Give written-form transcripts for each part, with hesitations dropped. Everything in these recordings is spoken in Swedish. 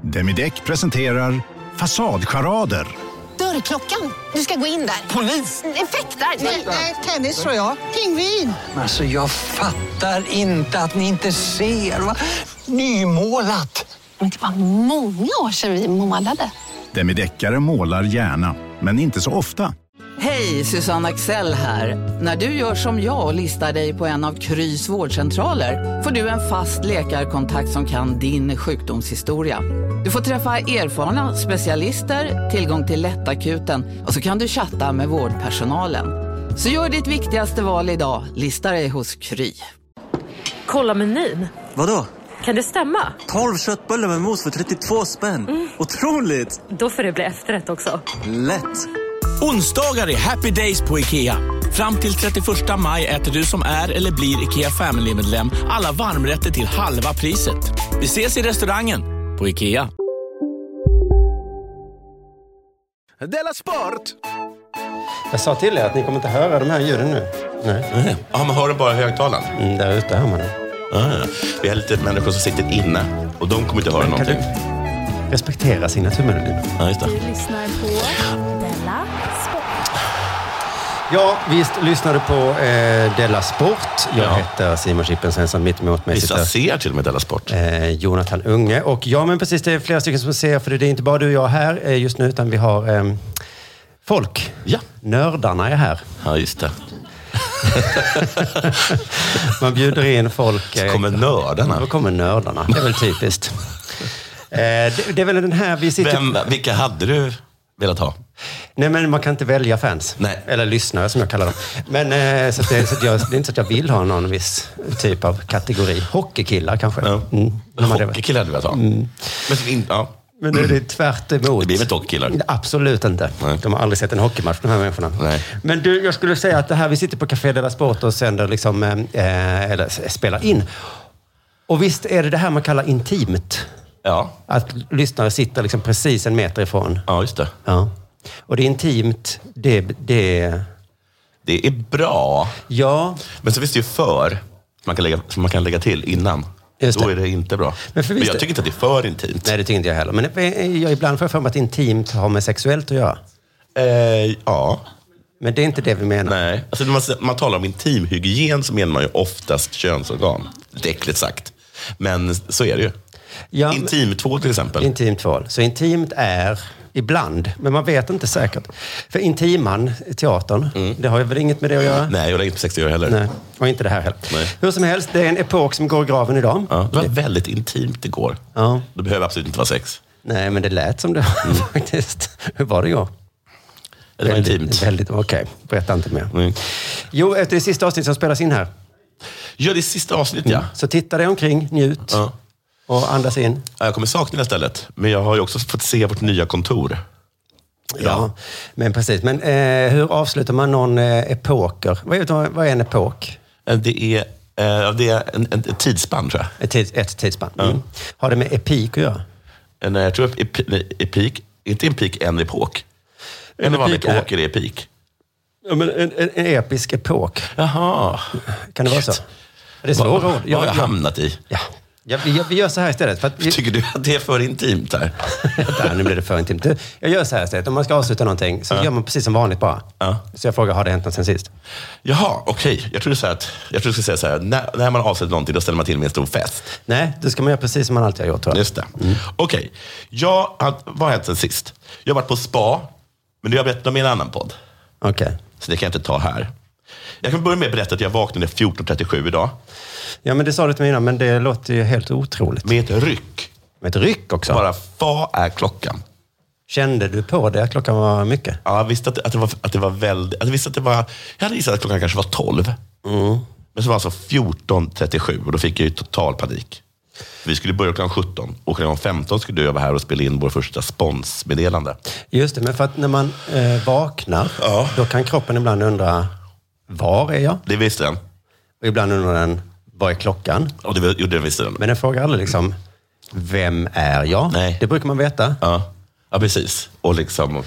Demideck presenterar Fasadcharader. Dörrklockan. Du ska gå in där. Polis? Effektar? Nej, tennis tror jag. Pingvin. Alltså jag fattar inte att ni inte ser. Va? Nymålat. Men det var många år sedan vi målade. Demideckare målar gärna, men inte så ofta. Hej, Susanne Axel här. När du gör som jag och listar dig på en av Krys vårdcentraler får du en fast läkarkontakt som kan din sjukdomshistoria. Du får träffa erfarna specialister, tillgång till lättakuten och så kan du chatta med vårdpersonalen. Så gör ditt viktigaste val idag, lista dig hos Kry. Kolla menyn. Vadå? Kan det stämma? 12 köttbullar med mos för 32 spänn. Otroligt! Då får det bli efterrätt också. Lätt! Onsdagar är happy days på IKEA. Fram till 31 maj äter du som är eller blir IKEA Family-medlem alla varmrätter till halva priset. Vi ses i restaurangen på IKEA. Della Sport! Jag sa till er att ni kommer inte höra de här ljuden nu. Nej. Ja, man hör det bara i högtalaren. Där ute hör man det. Vi har lite människor som sitter inne och de kommer inte höra någonting. Respektera sina tummen. Ja, just det. Du lyssnar på Della Sport. Ja, visst lyssnade på Della Sport. Jag heter Simon Chippen Svensson, mitt emot mig. Vissa ser till och med Della Sport. Jonathan Unge. Och ja, men precis, det är flera stycken som ser, för det är inte bara du och jag här just nu, utan vi har folk. Ja. Nördarna är här. Ja, just det. Man bjuder in folk. Så kommer nördarna. Då kommer nördarna. Det är väl typiskt. Det är väl den här vi sitter... Vilka hade du velat ha? Nej, men man kan inte välja fans. Nej. Eller lyssnare som jag kallar dem. Men det är inte så att jag vill ha någon viss typ av kategori. Hockeykillar kanske. Ja. Hockeykillar hade du velat ha. Men det är tvärt emot. Det blir med hockeykillar. Absolut inte. Nej. De har aldrig sett en hockeymatch, de här människorna. Nej. Men du, jag skulle säga att det här, vi sitter på Café Della Sport och sänder liksom, eller spelar in. Och visst är det här man kallar intimt. Ja. Att lyssnare sitter liksom precis en meter ifrån. Ja, just det. Ja. Och det är intimt, det är bra. Ja. Men så finns det ju som man kan lägga till innan. Då är det inte bra. Men jag tycker inte att det är för intimt. Nej, det tycker inte jag heller. Men jag ibland får jag för mig att intimt har med sexuellt att göra. Ja. Men det är inte det vi menar. Nej. Alltså, när man talar om intimhygien så menar man ju oftast könsorgan. Lite äckligt sagt. Men så är det ju. Ja, intimtvål till exempel. Intimtvål. Så intimt är ibland, men man vet inte säkert. För Intiman, teatern, det har ju väl inget med det att göra? Nej, och det är inte med sex att göra heller. Nej, och inte det här heller. Nej. Hur som helst, det är en epok som går i graven idag. Ja, det var väldigt intimt igår. Ja. Det behöver absolut inte vara sex. Nej, men det lät som det faktiskt. Hur var det igår? Det var intimt. Väldigt, okej. Berätta inte mer. Jo, efter det sista avsnittet som spelas in här. Ja, det är sista avsnittet, ja. Så titta dig omkring, njut. Ja. Och andas in. Jag kommer sakna det här stället. Men jag har ju också fått se vårt nya kontor. Ja, men precis. Men hur avslutar man någon epoker? Vad är en epok? Det är en tidsspann, tror jag. Ett tidsspann. Mm. Har det med epik att göra? Nej, jag tror att epik, inte epik, en epok. En vanlig epok är epik. Ja, men en episk epok. Jaha. Kan det vara så? Det är svårt. Vad har jag hamnat i? Ja. Vi gör så här istället. För att tycker du att det är för intimt här? Där, nu blir det för intimt. Jag gör så här istället. Om man ska avsluta någonting så gör man precis som vanligt bara. Så jag frågar, har det hänt något sen sist? Jaha, okej. Jag tror du ska säga så här. När man avslutar någonting, då ställer man till med en stor fest. Nej, då ska man göra precis som man alltid har gjort, tror jag. Just det. Okej. Vad har hänt sen sist? Jag har varit på spa, men det har jag berättat om i en annan podd. Okej. Så det kan jag inte ta här. Jag kan börja med att berätta att jag vaknade 14.37 idag. Ja, men det sa du till mig innan, men det låter ju helt otroligt. Med ett ryck. Med ett ryck också? Bara, vad är klockan? Kände du på det att klockan var mycket? Ja, jag visste att det var väldigt... Jag hade gissat att klockan kanske var 12. Men så var det alltså 14.37 och då fick jag ju total panik. Vi skulle börja klockan 17 och klockan 15 skulle jag vara här och spela in vår första sponsmeddelande. Just det, men för att när man vaknar, då kan kroppen ibland undra, var är jag? Det visste den. Och ibland undrar den, vad är klockan? Och det visste den. Men den frågar aldrig liksom, vem är jag? Nej. Det brukar man veta. Ja, precis. Och liksom...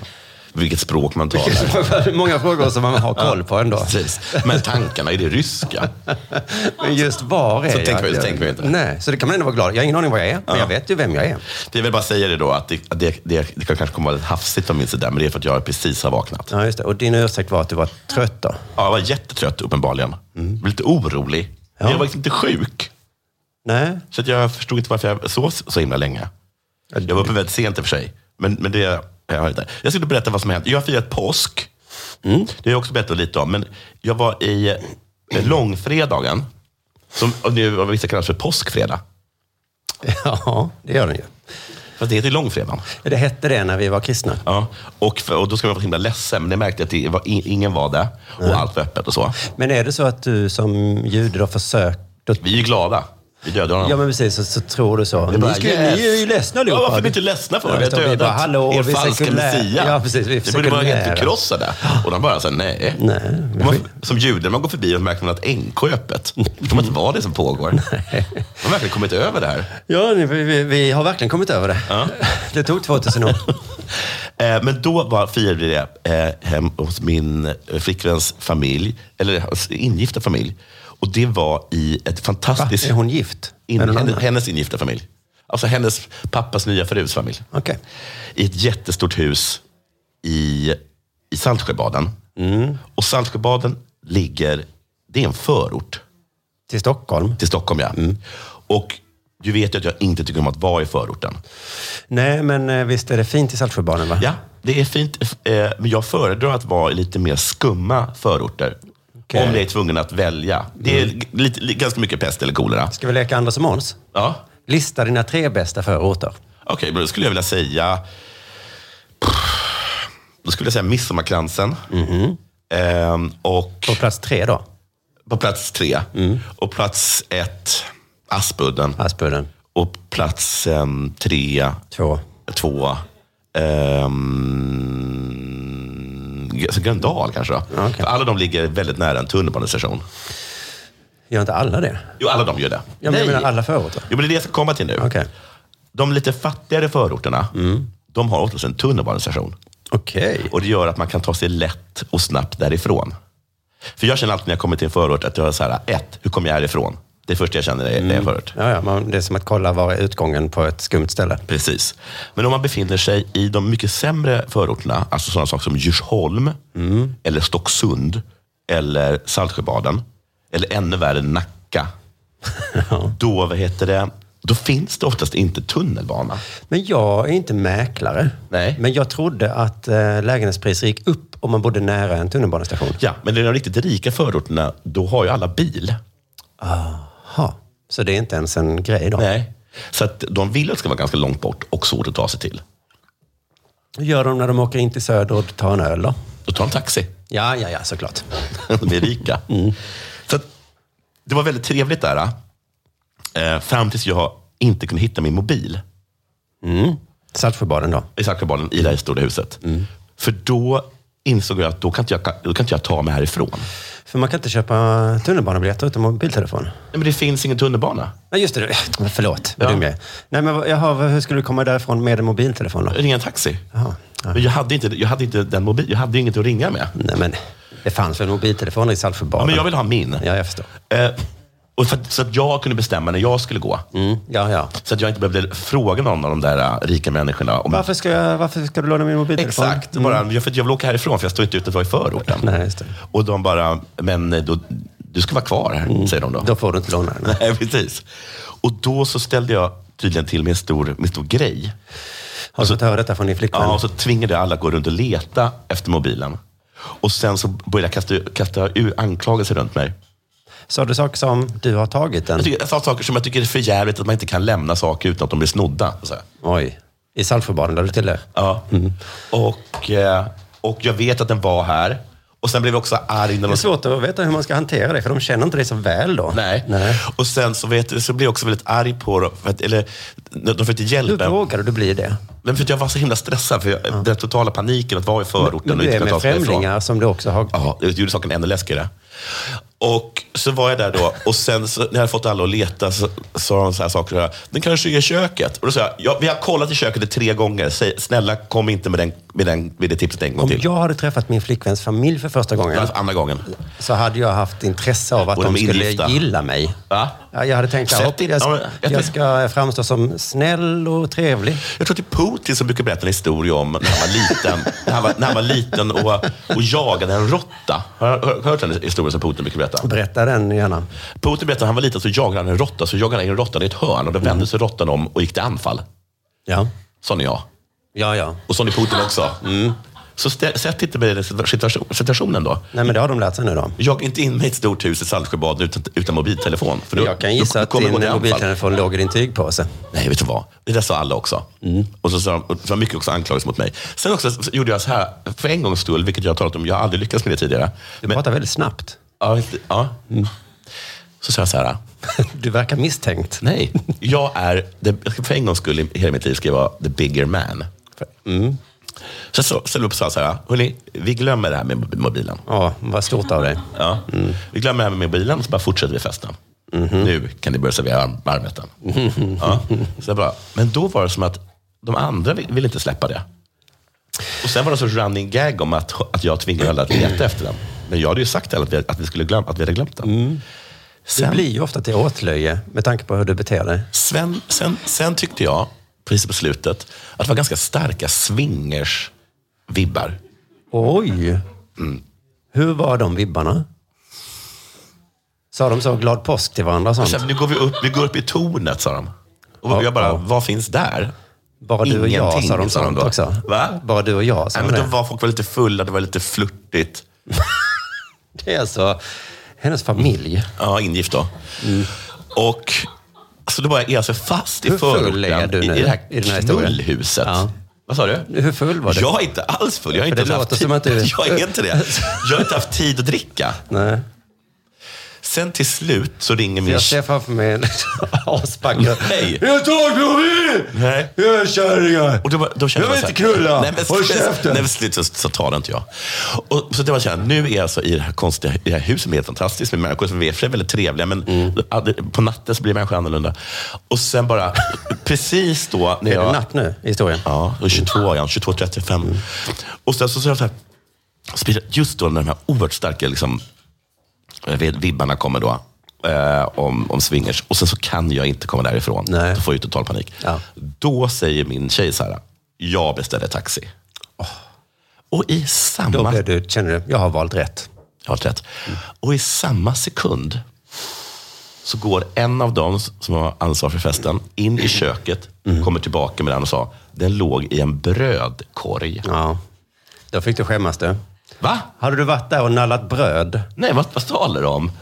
vilket språk man talar. Många frågor som man har koll på ändå. Precis. Men tankarna, är det ryska? Men just var är så jag? tänker vi inte. Nej, så det kan man ändå vara glad. Jag har ingen aning vad jag är, men jag vet ju vem jag är. Vi vill bara säga det då, att det kan kanske komma lite hafsigt om min sida, men det är för att jag precis har vaknat. Ja, just det. Och din ursäkt var att du var trött då? Ja, jag var jättetrött uppenbarligen. Jag var lite orolig. Men jag var inte sjuk. Nej. Så att jag förstod inte varför jag sov så himla länge. Jag var uppe väldigt sent i och för sig. Men det... Jag skulle berätta vad som har hänt. Jag har firat påsk. Det har jag också berättat lite om. Men jag var i långfredagen. Som nu vissa kallas för påskfredag. Ja, det gör den ju. Fast det heter långfredagen. Det hette det när vi var kristna. Ja, och då ska man vara himla ledsen. Men det märkte jag att ingen var där. Och allt var öppet och så. Men är det så att du som jude då försökt... Vi är glada. Vi dödade honom. Ja, men precis. Så tror du så. Ni är ju ledsna allihopa. Ja, varför är ni inte ledsna för? Vi har dödat er falska Messia. Ja, precis. Det borde vara helt förkrossade. Och de bara sa nej. Som jude, man går förbi och märker man att NK är öppet. Det kommer inte vara det som pågår. Nej. Man har verkligen kommit över det här. Ja, vi har verkligen kommit över det. Ja. Det tog 2000 år. Men då firade vi det hem hos min flickväns familj. Eller ingifta familj. Och det var i ett fantastiskt... Är hon gift? Hennes ingifta familj. Alltså hennes pappas nya förus familj. Okay. I ett jättestort hus i Saltsjöbaden. Och Saltsjöbaden ligger... Det är en förort. Till Stockholm? Till Stockholm, ja. Och du vet ju att jag inte tycker om att vara i förorten. Nej, men visst är det fint i Saltsjöbaden, va? Ja, det är fint. Men jag föredrar att vara i lite mer skumma förorter. Okay. Om jag är tvungen att välja. Det är ganska mycket pest eller kolera. Ska vi leka Anders och Måns? Ja. Lista dina 3 bästa förorter. Okej, då skulle jag vilja säga... Då skulle jag säga Midsommarkransen. Och... På plats 3 då? På plats 3. Och plats 1, Aspudden. Och plats 3... 2. Gröndal kanske då. Okay. För alla de ligger väldigt nära en tunnelbanestation. Gör inte alla det? Jo, alla de gör det. Jag menar alla förorter. Jo, men det är det jag ska komma till nu. Okay. De lite fattigare förorterna, de har oftast en tunnelbanestation. Okay. Och det gör att man kan ta sig lätt och snabbt därifrån. För jag känner alltid när jag kommer till en förort att jag är så här, hur kommer jag härifrån? Det är först jag känner det är förort. Ja, det är som att kolla var är utgången på ett skumt ställe. Precis. Men om man befinner sig i de mycket sämre förorterna, alltså sådana saker som Djursholm, eller Stocksund, eller Saltsjöbaden, eller ännu värre Nacka, då finns det oftast inte tunnelbana. Men jag är inte mäklare. Nej. Men jag trodde att lägenhetspriser gick upp om man bodde nära en tunnelbanestation. Ja, men i de riktigt rika förorterna, då har ju alla bil. Aha. Så det är inte ens en grej då? Nej. Så att de vill att det ska vara ganska långt bort och svårt att ta sig till. Hur gör de när de åker in till söder och tar en öl då? Då tar de taxi. Ja, såklart. De är rika. Så att det var väldigt trevligt där. Fram tills jag inte kunde hitta min mobil. Saltsjöbaden då? I Saltsjöbaden, i det här stora huset. För då insåg jag att då kan inte jag ta mig härifrån. För man kan inte köpa tunnelbanebiljetter utan mobiltelefon. Nej, men det finns ingen tunnelbana. Nej, just det. Förlåt, vad dum jag är. Nej, men hur skulle du komma därifrån med en mobiltelefon då? Ringa en taxi. Ja. Men jag hade inte den mobil. Jag hade inget att ringa med. Nej, men det fanns väl mobiltelefoner i Saltsjöbaden. Ja, men jag vill ha min. Ja, jag förstår. Och så att jag kunde bestämma när jag skulle gå. Så att jag inte behövde fråga någon av de där rika människorna. Varför ska du låna min mobiltelefon? Exakt, bara, för att jag vill åka härifrån för jag står inte ute att vara i förorten. Nej, just det. Och de bara, men du ska vara kvar här, säger de då. Då får du inte låna den. Nej, precis. Och då så ställde jag tydligen till med en stor grej. Har du fått höra detta från din flickvän? Ja, och så tvingade jag alla att gå runt och leta efter mobilen. Och sen så började jag kasta ur anklagelser runt mig. Sa du saker som du har tagit den? Jag sa saker som jag tycker är för jävligt, att man inte kan lämna saker utan att de blir snodda. Så. Oj, i Saltsjöbaden där du till det? Ja, och jag vet att den var här. Och sen blev jag också arg. Det är svårt att veta hur man ska hantera det, för de känner inte det så väl då. Nej. Och sen så blev jag också väldigt arg på dem. De försökte hjälpa. Hur vågade du bli det? Men för att jag var så himla stressad. För den totala paniken att vara i förorten. Men du är med främlingar som du också har... Ja, det gjorde saken ännu läskigare. Och så var jag där då. Och sen så, när jag hade fått alla att leta så sa de så här saker. Den kanske är i köket. Och då sa jag, ja, vi har kollat i köket 3 gånger. Säg, snälla, kom inte med det tipset en gång till. Om jag hade träffat min flickväns familj för första gången. För andra gången. Så hade jag haft intresse av att de skulle gilla mig. Va? Ja, jag hade tänkt att jag ska framstå som snäll och trevlig. Jag tror att det är Putin som brukar berätta en historia om när han var liten, och jagade en råtta. Har du hört den historien som Putin brukar berätta? Berätta den gärna. Putin berättade att han var liten så jagade han en råtta. Så jagade han en råtta i ett hörn och då vände sig råttan om och gick till anfall. Ja. Sån är jag. Ja. Och sån är Putin också. Så sätt inte med i den situationen då. Nej, men det har de lärt sig nu då. Jag inte in med ett stort hus i Saltsjöbad utan mobiltelefon. För då, jag kan gissa att din mobiltelefon låg i din tygpåse. Nej, vet du vad? Det sa alla också. Och så var mycket också anklagelser mot mig. Sen också så gjorde jag så här, för en gångs skull, vilket jag har talat om, jag har aldrig lyckats med det tidigare. Du pratar väldigt snabbt. Ja. Så sa jag så här. Du verkar misstänkt. Nej, jag ska för en gångs skull i hela mitt liv ska jag vara the bigger man. Så ställde vi upp och sa så här, hörni, vi glömmer det här med mobilen. Ja, vad stort av dig. Ja, vi glömmer det här med mobilen och så bara fortsätter vi festen. Nu kan ni börja servera varmrätten. Ja, så bara. Men då var det som att de andra ville inte släppa det. Och sen var det en sorts running gag om att jag tvingade alla att leta efter den. Men jag hade ju sagt att vi hade glömt den. Det blir ju ofta till åtlöje med tanke på hur du beter dig. Sen tyckte jag, precis på slutet, att det var ganska starka swingers-vibbar. Oj! Hur var de vibbarna? Sa de så glad påsk till varandra? Sånt? Sen, nu går upp i tornet, sa de. Och jag bara, vad finns där? Bara du och jag, sa de sånt också. Va? Bara du och jag, sa de det. Folk var lite fulla, det var lite flirtigt. Det är alltså hennes familj. Ja, ingift då. Och så då var jag alltså fast i förorten i det här knullhuset. Ja. Vad sa du? Hur full var du? Jag är inte alls full. Jag har inte haft tid. Jag är inte det. Jag har inte haft tid att dricka. Nej. Sen till slut så ringer min... Jag ser framför mig en aspackad. Nej. Jag tog mig! Nej. Jag är kärringar. Och då kände jag vill inte knulla. Nej, men slut så tar det inte jag. Och så det var så här, nu är jag alltså i det här konstiga i det här huset, helt fantastiskt med människor som är väldigt trevliga, men på natten så blir människor annorlunda. Och sen bara, precis då... När är det natt nu i historien? Ja, 22:35. Och sen så jag så här, just då när de här oerhört starka liksom, vibbarna kommer då om swingers. Och sen så kan jag inte komma därifrån. Nej. Då får jag total panik. Ja. Då säger min tjej så här, jag beställer taxi. Och i samma... Då blir du, känner du, jag har valt rätt. Jag har valt rätt. Och i samma sekund så går en av dem som har ansvar för festen in i köket, kommer tillbaka med den och sa, den låg i en brödkorg. Ja. Då fick du skämmas du. Va? Hade du varit där och nallat bröd? Nej, vad talar du om?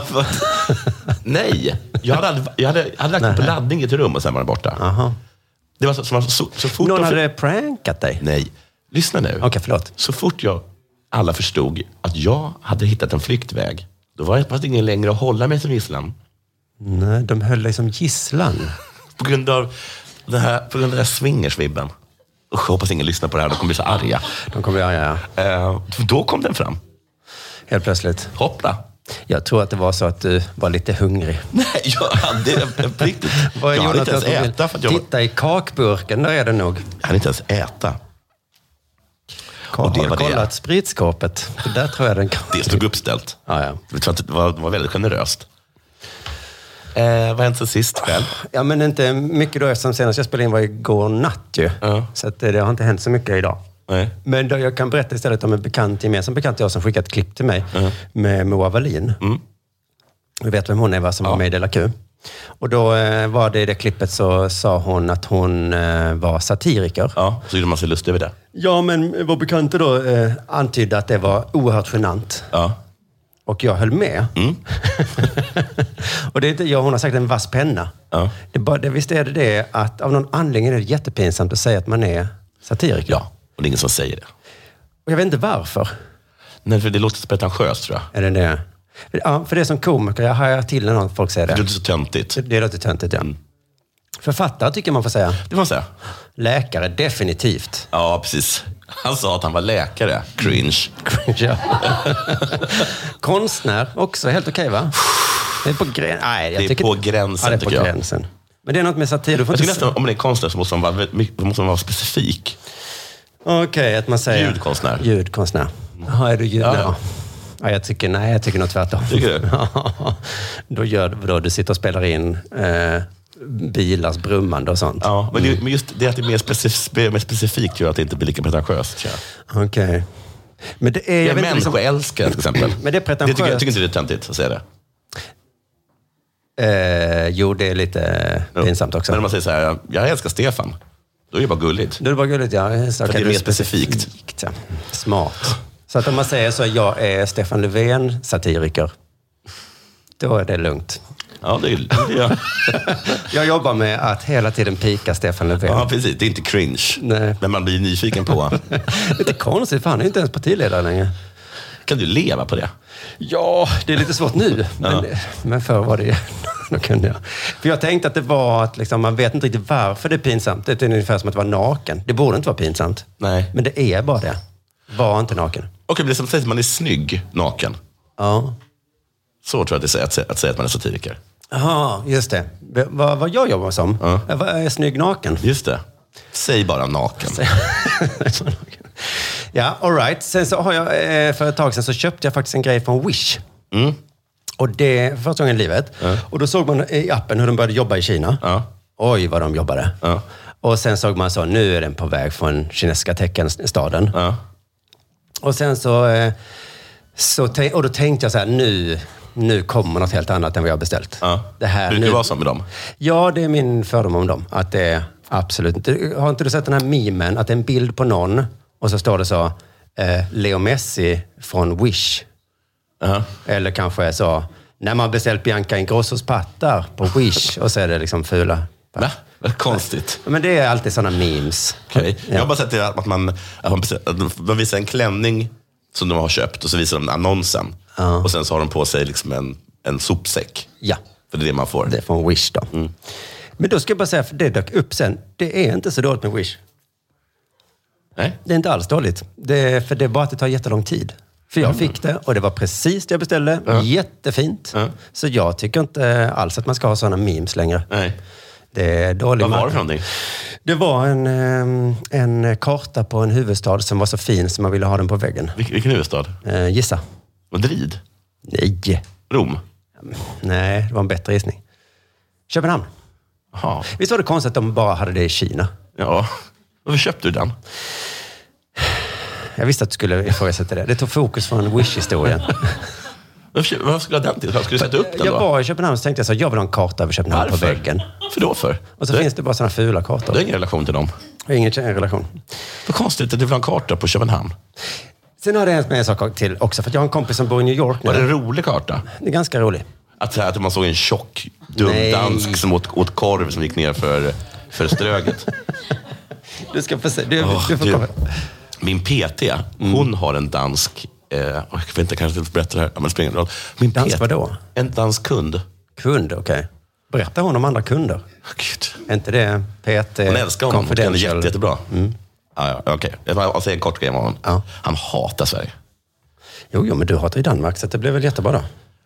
Nej, jag hade lagt den på laddning i ett rum och sen var den borta. Aha. Det var så fort någon hade prankat dig? Nej, lyssna nu. Okej, förlåt. Så fort alla förstod att jag hade hittat en flyktväg, då var det ingen längre att hålla mig som gisslan. Nej, de höll dig som gisslan. På grund av den här swingersvibben. Jag hoppas ingen lyssnar på det här, de kommer bli så arga. De kommer bli arga, ja. Då kom den fram. Helt plötsligt. Hoppla. Jag tror att det var så att du var lite hungrig. Nej, jag hade riktigt. Jag hade inte ens äta. Titta i kakburken, där är det nog. Jag hade inte ens äta. Och det var kollat spritskåpet. Där tror jag den kan. Det stod uppställt. Ja. Det var väldigt generöst. Vad hände sen sist själv? Ja, men inte mycket då, eftersom senast jag spelade in var igår natt ju. Ja. Så att det har inte hänt så mycket idag. Nej. Men då, jag kan berätta istället om en gemensam bekant jag som skickat ett klipp till mig med Moa Wallin. Du vet vem hon är, som var med i Della Q. Och då var det i det klippet så sa hon att hon var satiriker. Ja, så gjorde man sig lust över det. Ja, men vår bekante då antydde att det var oerhört genant. Ja. Och jag höll med. Och det är inte, hon har sagt en vass penna. Ja. Visst är det att av någon anledning är det jättepinsamt att säga att man är satiriker. Ja, och det är ingen som säger det. Och jag vet inte varför. Nej, för det låter så pretentiöst, tror jag. Är det? Ja, för det är som komiker, jag hajar till när folk säger det. Det låter så töntigt. Det låter töntigt, ja. Författare tycker man får säga. Det får man säga. Läkare, definitivt. Ja, precis. Han sa att han var läkare. Cringe. Ja. Konstnär, också helt okej, va? Det är på gränsen. Nej, det är på gränsen, ja, det är på gränsen. Men det är något med satir. Du får jag nästan, om det är konstnär så måste man vara specifik. Okej, att man säger... Ljudkonstnär. Ljudkonstnär. Jaha, är du ljudkonstnär? Ja. Ja, jag tycker nog tvärtom. Tycker du? Då du sitter och spelar in bilars brummande och sånt. Ja, men just det att det är mer specifikt gör att det inte blir lika pretentiöst. Okej. Men det är... Jag människoälskare till exempel. Men det är pretentiöst. Jag tycker inte det är töntigt att säga det. Jo, det är lite pinsamt också. Men om man säger så här, jag älskar Stefan. Då är det bara gulligt. Då är det bara gulligt, ja. För det är mer specifikt. Ja. Smart. Så att om man säger så, jag är Stefan Löfven satiriker, då är det lugnt. Ja, det är jag. Jag jobbar med att hela tiden pika Stefan Löfven. Ja, precis. Det är inte cringe. Nej. Men man blir nyfiken på. Det är lite konstigt, för han är inte ens partiledare längre. Kan du leva på det? Ja, det är lite svårt nu. Men förr var det... Då kunde jag. För jag tänkte att det var att liksom, man vet inte riktigt varför det är pinsamt. Det är ungefär som att vara naken. Det borde inte vara pinsamt. Nej. Men det är bara det. Var inte naken. Okej, det är som att säga att man är snygg naken. Ja. Så tror jag att det är att säga att man är satiriker. Jaha, just det. Vad jag jobbar som? Ja. Jag är snygg naken. Just det. Säg bara naken. Ja, all right. Sen så har jag, för ett tag sedan så köpte jag faktiskt en grej från Wish. Mm. Och det för första gången i livet. Ja. Och då såg man i appen hur de började jobba i Kina. Ja. Oj, vad de jobbade. Ja. Och sen såg man så, nu är den på väg från kinesiska teckenstaden. Ja. Och sen och då tänkte jag så här, nu kommer något helt annat än vad jag har beställt. Ja. Det här, du var som med dem? Ja, det är min fördom om dem. Att det är absolut inte... Har inte du sett den här memen? Att det är en bild på någon och så står det så, Leo Messi från Wish. Uh-huh. Eller kanske så, när man beställt Bianca Ingrossos pattar på Wish och så är det liksom fula. Va? Vad konstigt. Men det är alltid sådana memes. Okay. Ja. Jag har bara sett det att man visar en klänning som de har köpt och så visar de annonsen. Och sen så har de på sig liksom en sopsäck. Ja. För det är det man får. Det är från Wish då. Mm. Men då ska jag bara säga, för det dök upp sen. Det är inte så dåligt med Wish. Nej. Det är inte alls dåligt. För det är bara att det tar jättelång tid. För jag fick det och det var precis det jag beställde. Ja. Jättefint. Ja. Så jag tycker inte alls att man ska ha sådana memes längre. Nej. Det är dålig. Vad var det för någonting? Det var en karta på en huvudstad som var så fin som man ville ha den på väggen. Vilken huvudstad? Gissa. Madrid? Nej. Rom? Nej, det var en bättre gissning. Köpenhamn. Aha. Visst var det konstigt att de bara hade det i Kina? Ja. Varför köpte du den? Jag visste att du skulle ifrågasätta det. Det tog fokus från Wish-historien. Varför skulle du ha den till? Skulle du sätta upp den då? Jag var i Köpenhamn så tänkte jag så, jag vill ha en karta över Köpenhamn. Varför? På väggen. För då för? Och så finns det bara sådana fula kartor. Du har ingen relation till dem? Jag har ingen relation. Vad konstigt att du vill ha en karta på Köpenhamn. Sen har det en sak till också, för jag har en kompis som bor i New York nu. Var det en rolig karta? Det är ganska rolig. Att man såg en tjock, dum dansk som åt korv som gick ner för ströget. Du ska få se. Du får komma. Min PT, hon har en dansk... jag vet inte, kanske inte berätta det här. Men det spelar ingen roll. Min dansk vadå? En dansk kund. Kund, okej. Okay. Berättar hon om andra kunder? Gud. Är inte det PT? Hon älskar honom. Hon är jättebra. Mm. Ja, okej. Jag säger en kort grej om honom. Ja. Han hatar Sverige. Jo, men du hatar i Danmark, så det blir väl jättebra då.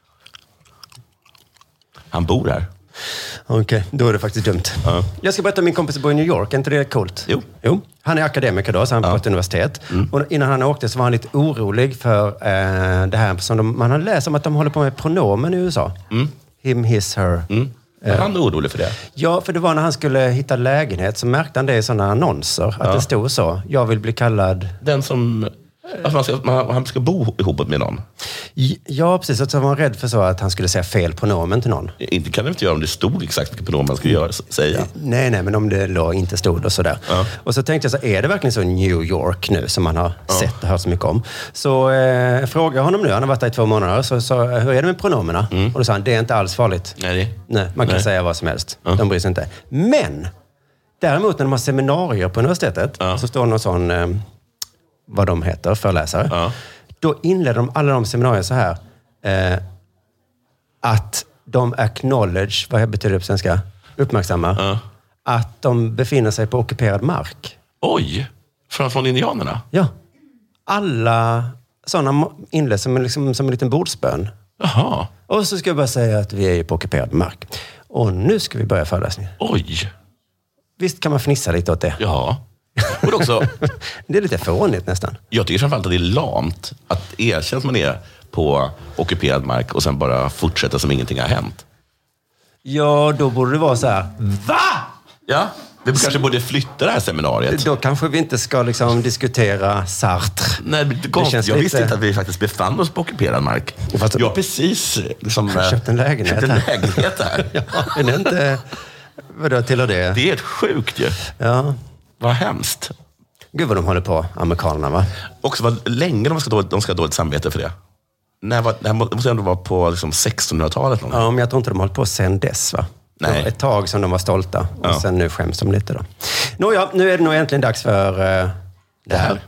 Han bor här. Okej, då är det faktiskt dumt. Ja. Jag ska berätta om min kompis bor i New York. Är inte det coolt? Jo. Han är akademiker då, så han är på ett universitet. Mm. Och innan han åkte så var han lite orolig för det här som man har läst om att de håller på med pronomen i USA. Mm. Him, his, her. Mm. Var han orolig för det? Ja, för det var när han skulle hitta lägenhet så märkte han det i sådana annonser. Att det stod så. Jag vill bli kallad... Den som... han ska bo ihop med någon. Ja, precis. Så var han rädd för så att han skulle säga fel pronomen till någon. Inte kan det inte göra om det stod exakt vilket pronomen man skulle säga. Nej, men om det då inte stod och sådär. Ja. Och så tänkte jag så, är det verkligen så i New York nu som man har sett och hört så mycket om? Så fråga honom nu, han har varit där i 2 månader, så hur är det med pronomerna? Mm. Och då sa han, det är inte alls farligt. Nej, man kan säga vad som helst. De bryr sig inte. Men, däremot när de har seminarier på universitetet så står det någon sån... vad de heter, föreläsare. Ja. Då inleder de alla de seminarier så här. Att de acknowledge, vad betyder det på svenska? Uppmärksamma. Att de befinner sig på ockuperad mark. Oj! Från indianerna? Ja. Alla sådana inleds som en liten bordsbön. Jaha. Och så ska jag bara säga att vi är på ockuperad mark. Och nu ska vi börja föreläsningen. Oj. Visst kan man fnissa lite åt det? Ja. Och också, det är lite fånigt nästan. Jag tycker framförallt att det är lamt att erkänna att man är på ockuperad mark och sen bara fortsätta som ingenting har hänt. Ja, då borde det vara så här. Va? Ja, vi kanske borde flytta det här seminariet. Då kanske vi inte ska diskutera Sartre. Nej, jag visste inte att vi faktiskt befann oss på ockuperad mark. Jag har precis köpt en lägenhet här. Ja, är det inte... Vadå, till och det? Det är helt sjukt ju. Ja. Vad hemskt. Gud vad de håller på, amerikanerna, va? Också vad länge de ska ha dåligt samvete för det. Det måste ändå vara på 1600-talet. Någon. Ja, men jag tror inte de har hållit på sen dess, va? Nej. Ett tag som de var stolta. Och sen nu skäms de lite då. Nåja, nu är det nog äntligen dags för det här.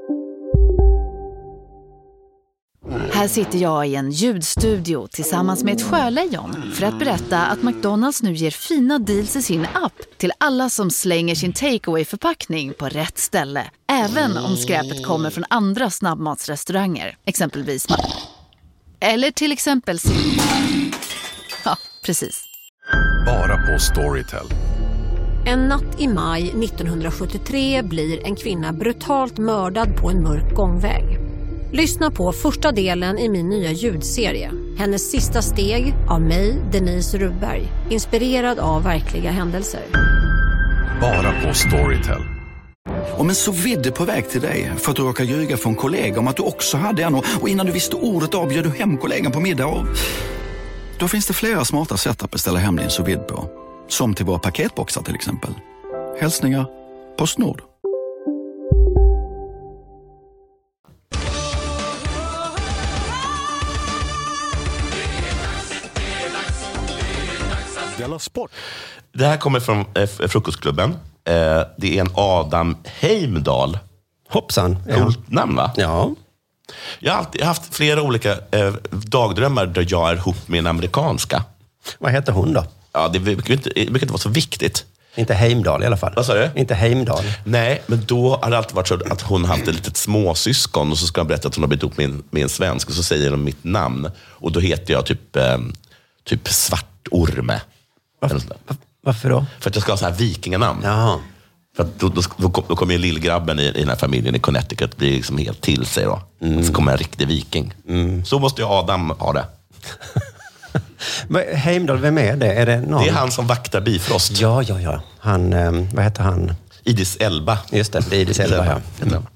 Här sitter jag i en ljudstudio tillsammans med ett sjölejon för att berätta att McDonalds nu ger fina deals i sin app till alla som slänger sin takeaway-förpackning på rätt ställe. Även om skräpet kommer från andra snabbmatsrestauranger, exempelvis eller till exempel ja, precis. Bara på Storytel. En natt i maj 1973 blir en kvinna brutalt mördad på en mörk gångväg. Lyssna på första delen i min nya ljudserie. Hennes sista steg av mig, Denise Rubberg. Inspirerad av verkliga händelser. Bara på Storytel. Om en sous-vide på väg till dig för att du råkar ljuga för en kollega om att du också hade en och innan du visste ordet av bjöd du hem kollegan på middag och... Då finns det flera smarta sätt att beställa hem din sous-vide på. Som till våra paketboxar till exempel. Hälsningar PostNord. Sport. Det här kommer från Frukostklubben. Det är en Adam Heimdal. Hoppsan. Coolt namn, va? Ja. Jag har alltid haft flera olika dagdrömmar där jag är ihop med en amerikanska. Vad heter hon då? Ja, det brukar inte vara så viktigt. Inte Heimdal i alla fall. Vad sa du? Inte Heimdal. Nej, men då har det alltid varit så att hon haft ett litet småsyskon och så ska hon berätta att hon har blivit ihop med en svensk och så säger de mitt namn. Och då heter jag typ Svartorme. Varför då? För att jag ska ha så här vikinganamn. Jaha. För att då kommer ju lillgrabben i den här familjen i Connecticut bli liksom helt till sig då. Så kommer en riktig viking. Så måste ju Adam ha det. Heimdall, vem är det? Är det någon? Det är han som vaktar Bifrost. Ja. Han, vad heter han? Idris Elba. Just det, Idris Elba, ja.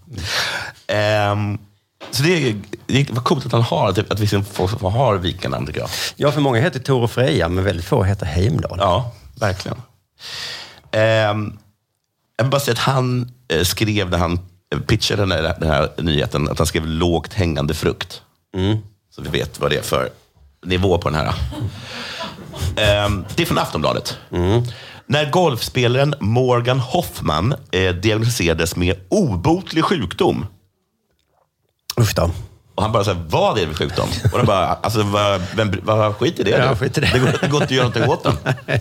Så det var coolt att han har, att vi har vikingarnamn, tycker jag. Ja, för många heter Tor och Freja, men väldigt få heter Heimdall. Ja, verkligen. Jag vill bara säga att han skrev, när han pitchade den här nyheten, att han skrev lågt hängande frukt. Så vi vet vad det är för nivå på den här. Det är från Aftonbladet. När golfspelaren Morgan Hoffman diagnostiserades med obotlig sjukdom. Usch då. Och han bara så här, vad är det för sjukdom? Och de bara, alltså vad skit i det? Ja, skit i det. Det går inte att göra någonting åt den.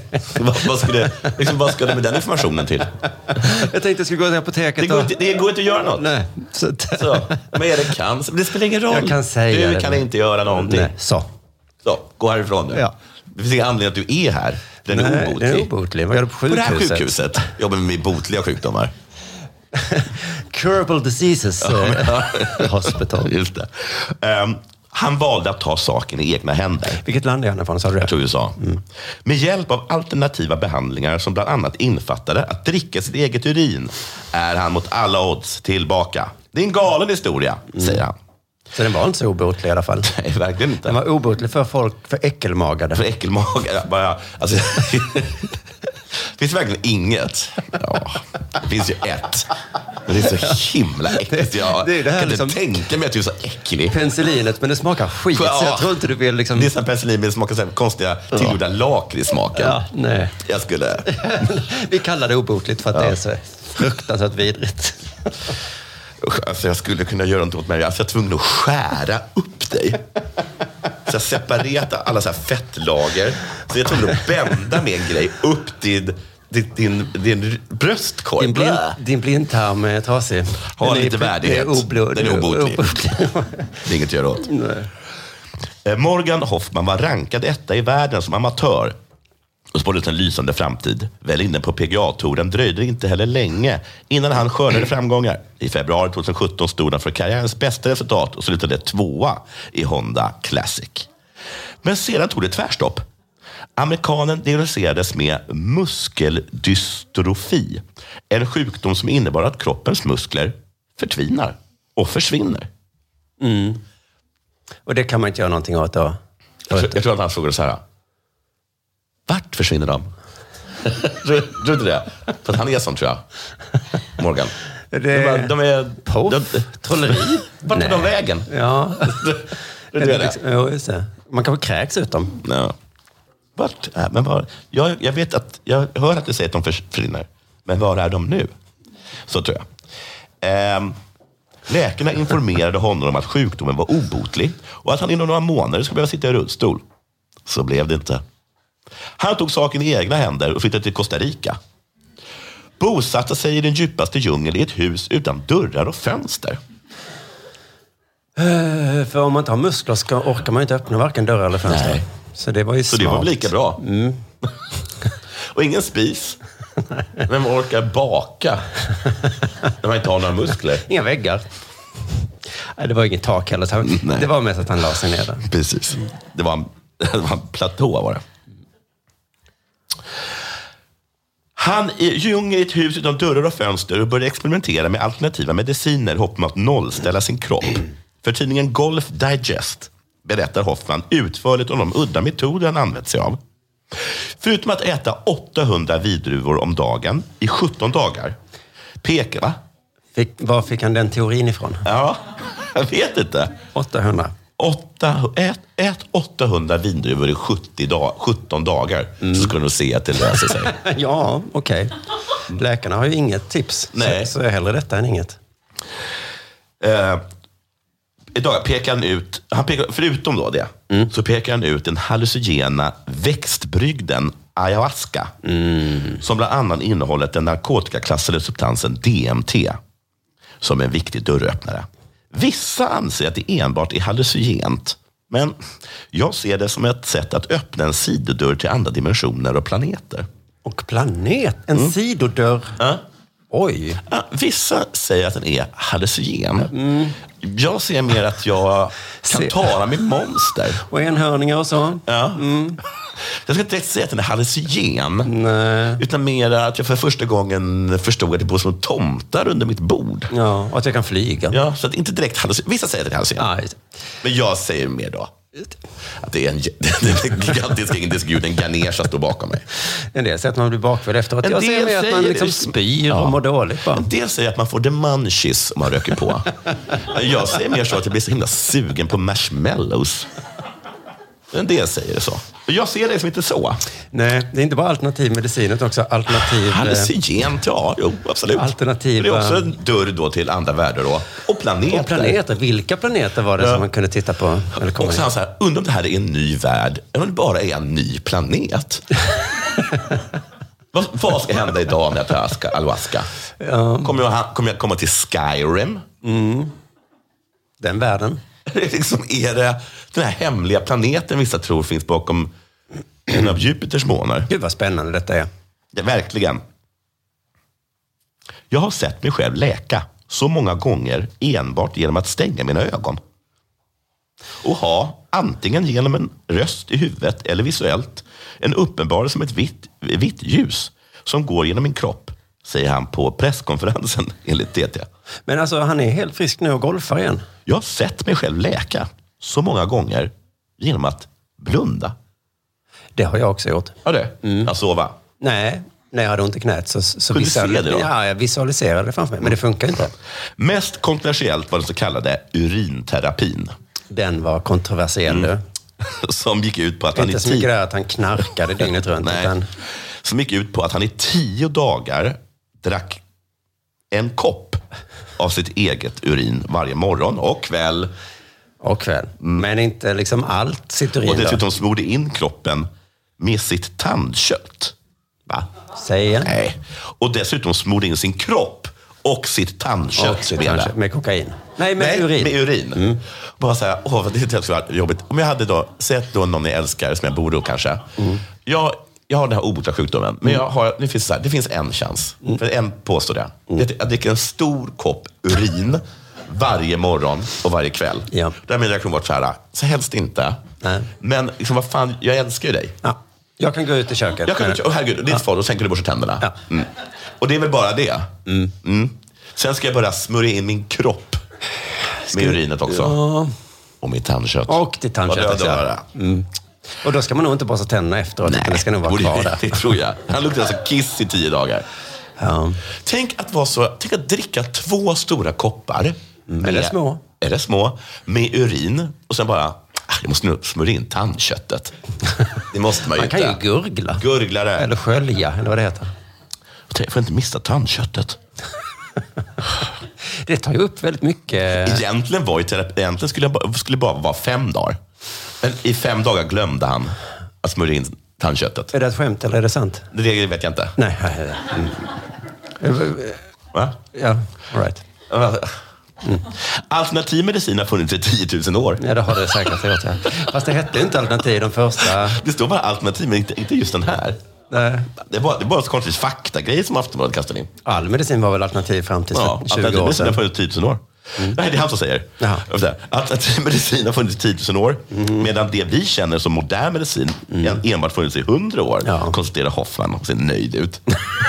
Vad ska du med den informationen till? Jag tänkte jag skulle gå till apoteket. Det går inte att göra något. Nej. Så, men är det cancer? Det spelar ingen roll. Jag kan säga du kan inte göra någonting. Nej. Så, gå härifrån nu. Ja. Det finns ingen anledning att du är här. Den är obotlig. Den är obotlig. Vad gör du på sjukhuset? På det här sjukhuset jobbar vi med botliga sjukdomar. Curable diseases hospital. Just det. Han valde att ta saken i egna händer. Vilket land är han ifrån, sa du? Jag tror USA. Med hjälp av alternativa behandlingar som bland annat infattade att dricka sitt eget urin är han mot alla odds tillbaka. Det är en galen historia, säger han. Så den var inte så obotlig i alla fall? Nej, verkligen inte. Den var obotlig för folk, för äckelmagade. För äckelmagade, bara... Alltså, finns det verkligen inget? Ja, det finns ju ett. Men det är så himla äckligt. Jag kan inte tänka mig att du är så äcklig. Penicillinet, men det smakar skit. Ja. Så jag tror inte du vill liksom... Det är som penicillin, men det smakar så här konstiga tillgjorda lakritssmaken. Ja, nej. Jag skulle... Vi kallar det obotligt för att det är så fruktansvärt vidrigt. Alltså jag skulle kunna göra något åt mig. Alltså jag är tvungen att skära upp dig. Så jag separerar alla så här fettlager. Så jag är tvungen att bända med en grej upp till din bröstkorg. Din blindtarm är trasig. Har lite värdighet. Den är obotlig. Det är inget att göra åt. Morgan Hoffman var rankad etta i världen som amatör och spådde ut en lysande framtid. Väl inne på PGA-touren dröjde det inte heller länge innan han skördade framgångar. I februari 2017 stod han för karriärens bästa resultat och slutade 2:a i Honda Classic. Men sedan tog det tvärstopp. Amerikanen diagnostiserades med muskeldystrofi. En sjukdom som innebar att kroppens muskler förtvinar och försvinner. Och det kan man inte göra någonting åt då? Jag tror att han frågade så här. Vart försvinner de? Tror du inte det? För att han är sån, tror jag. Morgan. De är... Trolleri? Vart är de vägen? Ja. Det är det. Ja, just det. Man kan väl kräks ut dem? Ja. Vart? Men var, jag vet att... Jag hör att du säger att de försvinner. Men var är de nu? Så tror jag. Läkarna informerade honom om att sjukdomen var obotlig och att han inom några månader skulle behöva sitta i rullstol. Så blev det inte. Han tog saken i egna händer och flyttade till Costa Rica. Bosatte sig i den djupaste djungeln i ett hus utan dörrar och fönster. För om man inte har muskler orkar man inte öppna varken dörrar eller fönster. Nej. Så det var ju smart. Så det var lika bra. Och ingen spis. Vem orkar baka när man inte har några muskler? Inga väggar. Nej, det var inget tak heller. Det var mest att han la sig ner där. Precis. Det var en platå var det. Han är djungel i ett hus utan dörrar och fönster och började experimentera med alternativa mediciner i hopp om att nollställa sin kropp. För tidningen Golf Digest berättar Hoffman utförligt om de udda metoder han använt sig av. Förutom att äta 800 vidruvor om dagen i 17 dagar. Va? Var fick han den teorin ifrån? Ja, jag vet inte. 800. Ät 800 vindruvor i 17 dagar så ska du nog se att det löser sig. Ja, okej. Läkarna har ju inget tips. Nej. Så är hellre detta än inget. Idag pekar han ut, förutom då det, så pekar han ut den hallucinogena växtbrygden ayahuasca som bland annat innehåller den narkotikaklassade substansen DMT som en viktig dörröppnare. Vissa anser att det enbart är hallucinogent, men jag ser det som ett sätt att öppna en sidodörr till andra dimensioner och planeter. Och planet? En sidodörr? Oj. Vissa säger att den är hallucinogen. Jag ser mer att jag kan tala med monster. Och enhörningar och så. Ja. Jag ska inte säga att den är hallucinogen. Utan mer att jag för första gången förstod att det bor som tomtar under mitt bord. Ja, och att jag kan flyga. Ja, så att inte direkt hallucinogen. Vissa säger att det är hallucinogen. Men jag säger mer då att det är en gigantisk indisk gud, en Ganesha står bakom mig. En del säger att man blir bakfull efteråt. Jag ser mer att man liksom spyr och mår dåligt. Bara. En del säger att man får demanchis om man röker på. Jag säger mer så att jag blir så himla sugen på marshmallows. En del säger det så. Jag ser det som inte så. Nej, det är inte bara alternativ medicin, utan också alternativ... Hallucinogent, ja, jo, absolut. Alternativ... Det är också en dörr då till andra världar då. Och planeter. Och planeter. Vilka planeter var det som man kunde titta på? Eller och så här, undrar om det här är en ny värld, eller om det bara är en ny planet. Vad ska hända idag när jag tar ayahuasca? Kommer jag komma till Skyrim? Den världen. Liksom, är det den här hemliga planeten vissa tror finns bakom en av Jupiters månar? Gud vad spännande detta är. Ja, verkligen. Jag har sett mig själv läka så många gånger enbart genom att stänga mina ögon. Och ha, antingen genom en röst i huvudet eller visuellt, en uppenbarelse som ett vitt ljus som går genom min kropp, säger han på presskonferensen enligt TT. Men alltså, han är helt frisk nu och golfar igen. Jag har sett mig själv läka så många gånger genom att blunda. Det har jag också gjort. Ja, det? Att sova? Nej, när jag hade ont i knät så jag visualiserade det framför mig, men det funkar inte. Mest kontroversiellt var den så kallade urinterapin. Den var kontroversiell. Som gick ut på att inte så mycket där att han knarkade dygnet runt. Nej. Utan... Som gick ut på att han i 10 dagar drack en kopp av sitt eget urin varje morgon och kväll. Men inte liksom allt sitt urin. Och dessutom smorde in kroppen med sitt tandkött. Va? Säger. Nej. Och dessutom smorde in sin kropp och sitt tandkött med kokain. Nej, med urin. Med urin. Bara så här, det är så jobbigt. Om jag hade då sett då någon jag älskar som jag bor då kanske. Jag har den här obotliga sjukdomen. Men det finns en chans. För en påstår det. Jag dricker en stor kopp urin varje morgon och varje kväll. Ja. Där min reaktion var så här, så helst inte. Nej. Men liksom, vad fan, jag älskar ju dig. Ja. Jag kan gå ut i köket. Herregud, det är far, och sen kan du borsta tänderna. Ja. Och det är väl bara det. Sen ska jag börja smörja in min kropp med urinet också. Ja. Och mitt tandkött. Och ditt tandkött. Och då ska man nog inte borsta tänderna efteråt. Nej, det ska nog vara kvar där. Det tror jag. Han luktar alltså kiss i 10 dagar. Ja. Tänk att dricka 2 stora koppar. Är det små? Med urin. Och sen bara, jag måste nu smörja in tandköttet. Det måste man ju inte. Man kan ju gurgla. Gurgla det. Eller skölja, eller vad det heter. Jag får inte missa tandköttet. Det tar ju upp väldigt mycket. Egentligen skulle bara vara 5 dagar. Men i 5 dagar glömde han att smörja in tandköttet. Är det ett skämt eller är det sant? Det vet jag inte. Nej. Va? Ja, all right. Alternativ medicin har funnits i 10 000 år. Ja, det har det säkert gjort. Ja. Fast det hette inte alternativ de första. Det står bara alternativ, men inte just den här. Nej. Det är bara så konstigt faktagrej som Aftonbladet kastade in. All medicin var väl alternativ fram till 20 år sedan. Alternativ har funnits i 10 000 år. Nej, det är han som säger. Alternativ medicin har funnits i 10 000 år. Medan det vi känner som modern medicin enbart funnits i 100 år. Konstaterar Hoffman och ser nöjd ut.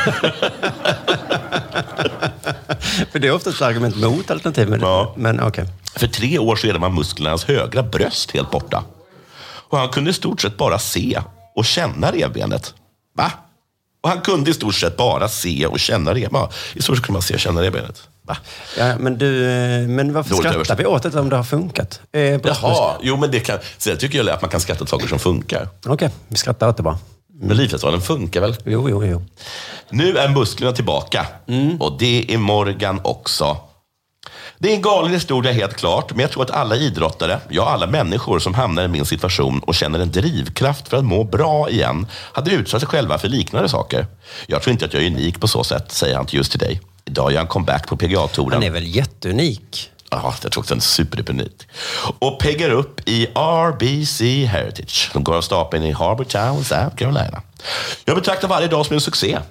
För det är ofta ett argument mot alternativ medicin. Ja. Men okej. För 3 år sedan var musklernas högra bröst helt borta. Och han kunde i stort sett bara se och känna revbenet. Va? Och han kunde i stort sett bara se och känna revbenet. I stort sett kunde man se och känna revbenet. Va? Ja, men varför skrattar vi åt det om det har funkat? Jaha, jo men det kan... Så jag tycker jag att man kan skratta åt saker som funkar. Okej, vi skrattar åt det bara. Men livsfestivalen funkar väl? Jo. Nu är musklerna tillbaka. Och det är Morgan också. Det är en galen historia helt klart, men jag tror att alla idrottare, alla människor som hamnar i min situation och känner en drivkraft för att må bra igen, hade utsatt sig själva för liknande saker. Jag tror inte att jag är unik på så sätt, säger han till just till dig. Idag gör han comeback på PGA-touren. Han är väl jätteunik? Ja, jag tror också en superunik. Och peggar upp i RBC Heritage. De går av stapeln i Harbour Town, South Carolina. Jag betraktar varje dag som en succé.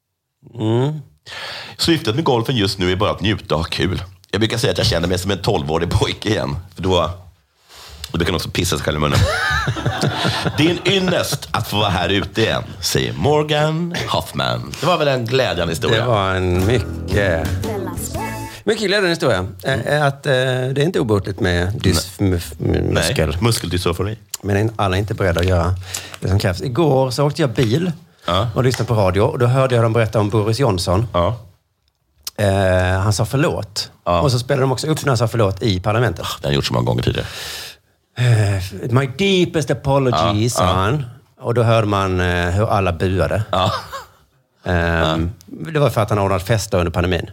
Syftet med golfen just nu är bara att njuta och ha kul. Jag brukar säga att jag känner mig som en 12-årig pojke igen. För då brukar man också pissa sig själv i munnen. Det är en ynnest att få vara här ute igen, säger Morgan Hoffman. Det var väl en glädjande historia? Det var en mycket glädjande historia. Att det är inte obotligt med muskeldysofoni. Men alla är inte beredda att göra det som krävs. Igår så åkte jag bil och lyssnade på radio. Och då hörde jag dem berätta om Boris Johnson. Han sa förlåt. Och så spelade de också upp när han sa förlåt i parlamentet. Det har gjort så många gånger tidigare. My deepest apologies, sa han. Och då hörde man hur alla buade. Det var för att han ordnade fest under pandemin.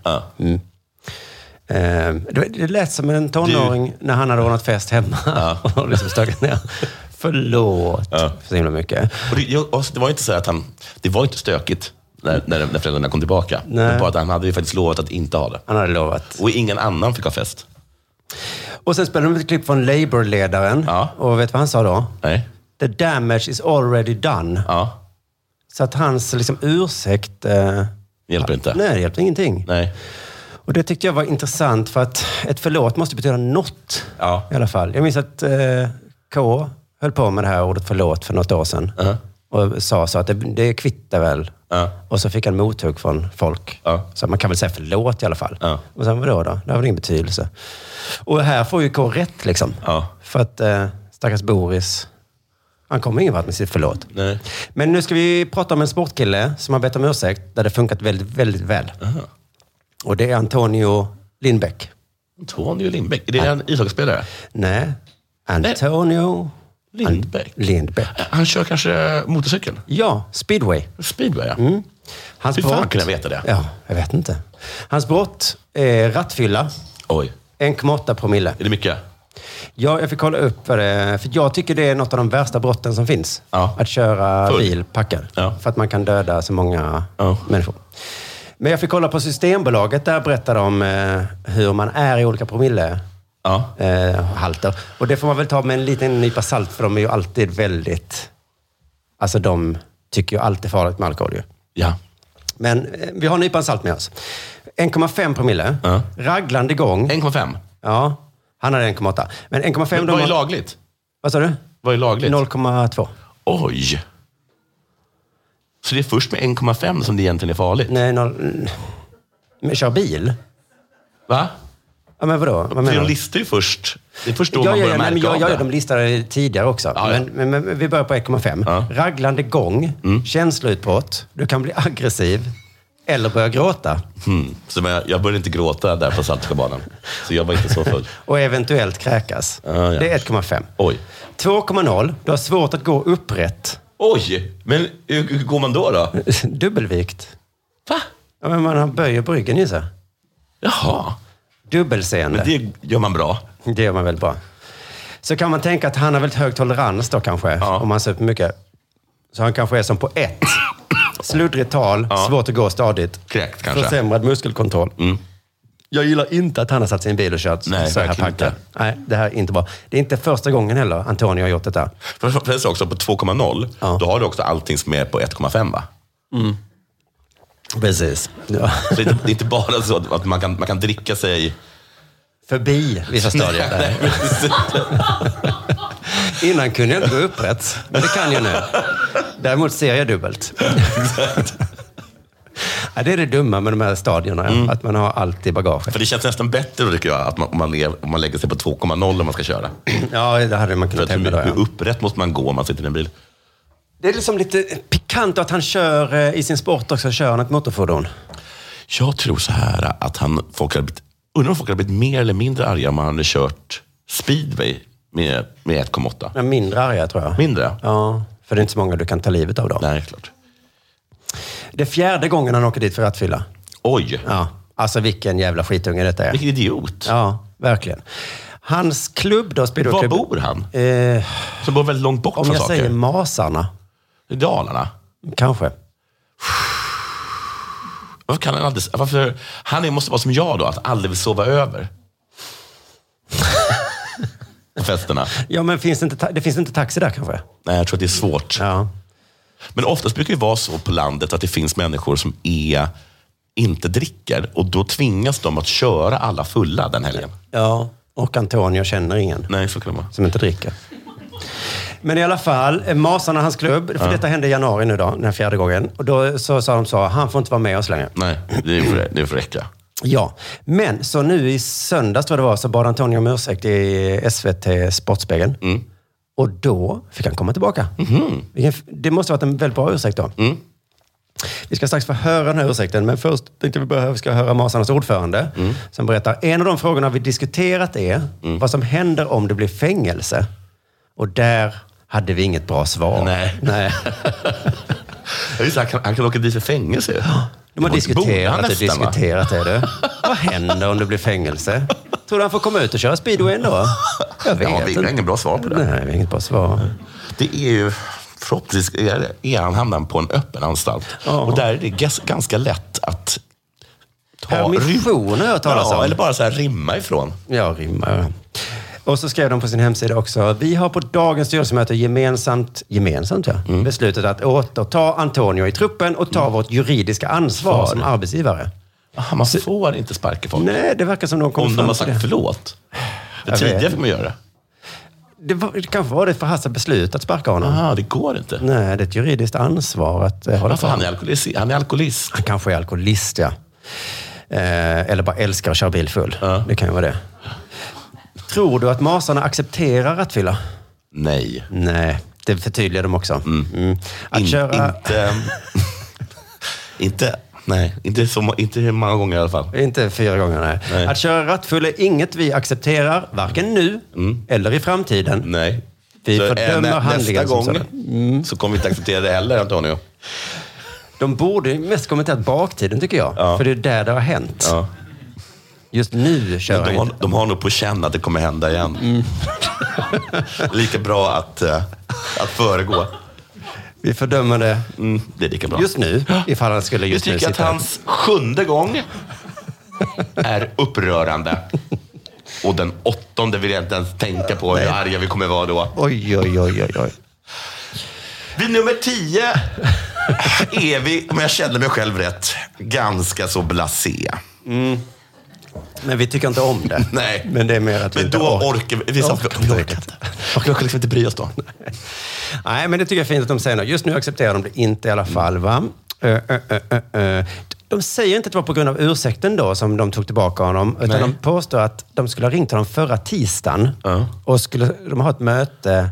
Det lät som en tonåring när han hade ordnat fest hemma och liksom stökat ner. Förlåt för så himla mycket. Och det var inte så att det var inte stökigt när föräldrarna kom tillbaka. Men bara att han hade ju faktiskt lovat att inte ha det. Han hade lovat. Och ingen annan fick ha fest. Och sen spelade de ett klipp från Labour-ledaren. Och vet vad han sa då? Nej. The damage is already done. Så att hans liksom ursäkt... hjälper inte. Nej, det hjälper ingenting. Nej. Och det tyckte jag var intressant för att ett förlåt måste betyda något. I alla fall. Jag minns att K höll på med det här ordet förlåt för något år sedan. Och sa så att det kvittar väl. Och så fick han mothugg från folk. Så man kan väl säga förlåt i alla fall. Och sen vadå då? Det har väl ingen betydelse. Och här får ju K rätt liksom. För att stackars Boris, han kommer ingen vart med sitt förlåt. Nej. Men nu ska vi prata om en sportkille som har bett om ursäkt där det funkat väldigt, väldigt väl. Och det är Antonio Lindbäck. Antonio Lindbäck? Är det en ishockeyspelare? Nej. Antonio Lindbäck. Han kör kanske motorcykel? Ja, speedway. Speedway, ja. Hans hur brott, fan kan jag veta det? Ja, jag vet inte. Hans brott är rattfylla. Oj. 1,8 promille. Är det mycket? Ja, jag fick kolla upp vad det... För jag tycker det är något av de värsta brotten som finns. Att köra bil packad. För att man kan döda så många människor. Men jag fick kolla på Systembolaget. Där berättar de hur man är i olika promille. Halter. Och det får man väl ta med en liten nypa salt, för de är ju alltid väldigt... Alltså de tycker ju alltid farligt med alkohol ju. Ja. Men vi har nypan salt med oss. 1,5 promille. Raglande gång. 1,5? Ja, han hade 1,8. Men 1,5... Men vad är lagligt? Vad sa du? Vad är lagligt? 0,2. Oj! Så det är först med 1,5 som det egentligen är farligt? Nej, men kör bil? Va? Ja, men vadå? Vad de listar ju först. Det är först då man börjar märka av det. Ja, de listade tidigare också. Ja. Men vi börjar på 1,5. Raglande gång, känsloutbrott, du kan bli aggressiv eller börja gråta. Så jag började inte gråta där på Saltsjöbanan. Så jag var inte så full. Och eventuellt kräkas. Det är 1,5. Oj. 2,0, du har svårt att gå upprätt. Oj, men hur går man då? Dubbelvikt. Va? Ja, men man böjer på ryggen ju så. Jaha. Dubbelseende. Men det gör man bra. Det gör man väldigt bra. Så kan man tänka att han har väldigt hög tolerans då kanske. Om man super mycket. Så han kanske är som på 1. Sluddrigt tal, svårt att gå stadigt. Kräkt kanske. Försämrad muskelkontroll. Jag gillar inte att han har satt sig i en bil och kört så här packad. Nej, det här är inte bra. Det är inte första gången heller Antonio har gjort det där. För också på 2,0, då har du också allting som är på 1,5 va? Precis. Ja. Så det är inte bara så att man kan dricka sig... Förbi vissa stadier. Innan kunde jag inte gå upprätt. Men det kan jag nu. Däremot ser jag dubbelt. Ja, det är det dumma med de här stadierna. Att man har allt i bagaget. För det känns nästan bättre då, tycker jag, att om man lägger sig på 2,0 om man ska köra. Ja, det hade man kunnat hävda då. Hur upprätt måste man gå om man sitter i en bil? Det är liksom lite pikant att han kör i sin sport också, kör han ett motorfordon. Jag tror så här att undrar om folk hade blivit mer eller mindre arga om man hade kört speedway med 1,8. Ja, mindre arga tror jag. Mindre? Ja, för det är inte så många du kan ta livet av då. Nej, klart. Det är 4:e gången han åker dit för rattfylla. Oj! Ja, alltså vilken jävla skitunge detta är. Vilken idiot. Ja, verkligen. Hans klubb då, Var bor han? Som bor väldigt långt bort från saker. Om jag säger Masarna. I Dalarna? Kanske. Varför kan han aldrig... Han måste vara som jag då, att aldrig vill sova över. På festerna. Ja, men det finns inte taxi där kanske? Nej, jag tror att det är svårt. Ja. Men oftast brukar det vara så på landet att det finns människor som inte dricker. Och då tvingas de att köra alla fulla den helgen. Ja, och Antonio känner ingen. Nej, så kan det vara. Som inte dricker. Men i alla fall, Masarna, hans klubb, för detta hände i januari nu då, den här 4:e gången. Och då sa de han får inte vara med oss längre. Nej, det får räcka. Ja, men så nu i söndags tror jag det var, så bad Antonio om ursäkt i SVT Sportspegeln. Och då fick han komma tillbaka. Det måste ha varit en väldigt bra ursäkt då. Vi ska strax få höra den här ursäkten, men först tänkte vi ska höra Masarnas ordförande som berättar, en av de frågorna vi diskuterat är vad som händer om det blir fängelse. Och där hade vi inget bra svar. Nej. Han kan åka dit för fängelse. De har diskuterat det. Vad händer om det blir fängelse? Tror du han får komma ut och köra speedway ändå? Jag vet inte. Vi har inget bra svar på det. Nej, vi har inget bra svar. Det är ju... Förhoppningsvis är han hamnat på en öppen anstalt. Och där är det ganska lätt att permissioner talas om. Eller bara så här rimma ifrån. Ja, rimma. Och så skrev de på sin hemsida också: vi har på dagens styrelsemöte gemensamt beslutat att återta Antonio i truppen och ta vårt juridiska ansvar som arbetsgivare. Aha, man får inte sparka folk. Nej, det verkar som de kommer om de har sagt förlåt. Det tidigare får man göra. Det kanske var det förhastat beslut att sparka honom. Aha, det går inte. Nej, det är ett juridiskt ansvar att hålla på. Han är alkoholist. Han kanske är alkoholist, ja. Eller bara älskar att köra bil full. Det kan ju vara det. Tror du att Masarna accepterar rattfylla? Nej. Nej, det förtydligar de också. Att köra... Inte många gånger i alla fall. Inte 4 gånger, nej. Att köra rattfull är inget vi accepterar, varken nu eller i framtiden. Nej. Vi fördömer handlingen. Nästa gång så kommer vi inte acceptera det heller, Antonio. De borde mest kommentera baktiden, tycker jag. Ja. För det är där det har hänt. Ja. Just nu kör han inte. De har nog på känn att det kommer hända igen. Lika bra att föregå. Vi fördömer det. Det är lika bra. Just nu, ifall han skulle just nu sitta. Jag tycker att hans 7:e gång är upprörande. Och den 8:e vill jag inte ens tänka på hur arga vi kommer vara då. Oj. Vid nummer 10 är vi, om jag känner mig själv rätt, ganska så blasé. Men vi tycker inte om det. Nej. Men det är mer att vi då orkar vi. Vi orkar liksom inte bry oss då. Nej, men det tycker jag är fint att de säger. Just nu accepterar de det inte i alla fall, va? De säger inte att det var på grund av ursäkten då som de tog tillbaka honom. Utan de påstår att de skulle ha ringt honom förra tisdagen. Och skulle de ha ett möte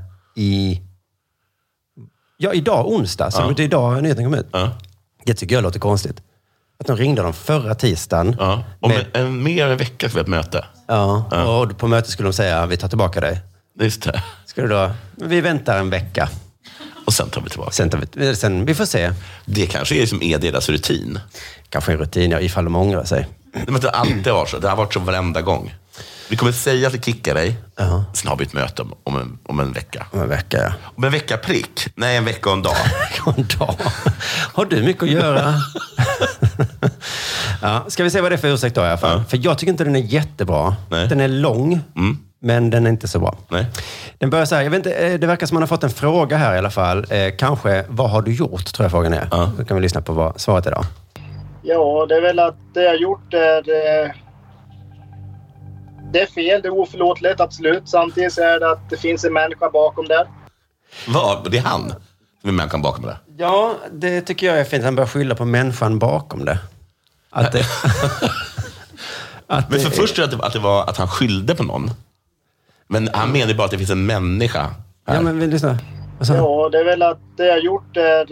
idag onsdag. Så det är idag nyheten kom ut. Det tycker jag låter konstigt. Att de ringde dem förra tisdagen. Om mer en vecka ska vi ha ett möte. Och på mötet skulle de säga, vi tar tillbaka dig. Just det. Skulle då, vi väntar en vecka. Och sen tar vi tillbaka. Sen vi får se. Det kanske är som deras rutin. Kanske en rutin, ifall de ångrar sig. Men det har alltid varit så. Det har varit så varenda gång. Vi kommer säga att vi kickar dig. Sen har vi ett möte om en vecka. Om en vecka, ja. Om en vecka prick? Nej, en vecka och en dag. Har du mycket att göra? Ska vi se vad det är för ursäkt då i alla fall? För jag tycker inte den är jättebra. Nej. Den är lång, men den är inte så bra. Nej. Den börjar så här, jag vet inte, det verkar som man har fått en fråga här i alla fall. Kanske, vad har du gjort, tror jag frågan är. Då kan vi lyssna på vad svaret är då. Ja, det är väl att det jag gjort är... Det är fel, det är oförlåtligt, absolut. Samtidigt så är det att det finns en människa bakom det. Vad? Det är han som är människan bakom det? Ja, det tycker jag är fint. Han börjar skylla på människan bakom det. Men för först att det var att han skyllde på någon. Men han menar bara att det finns en människa här. Ja, men vill lyssna. Ja, det är väl att det jag gjort är...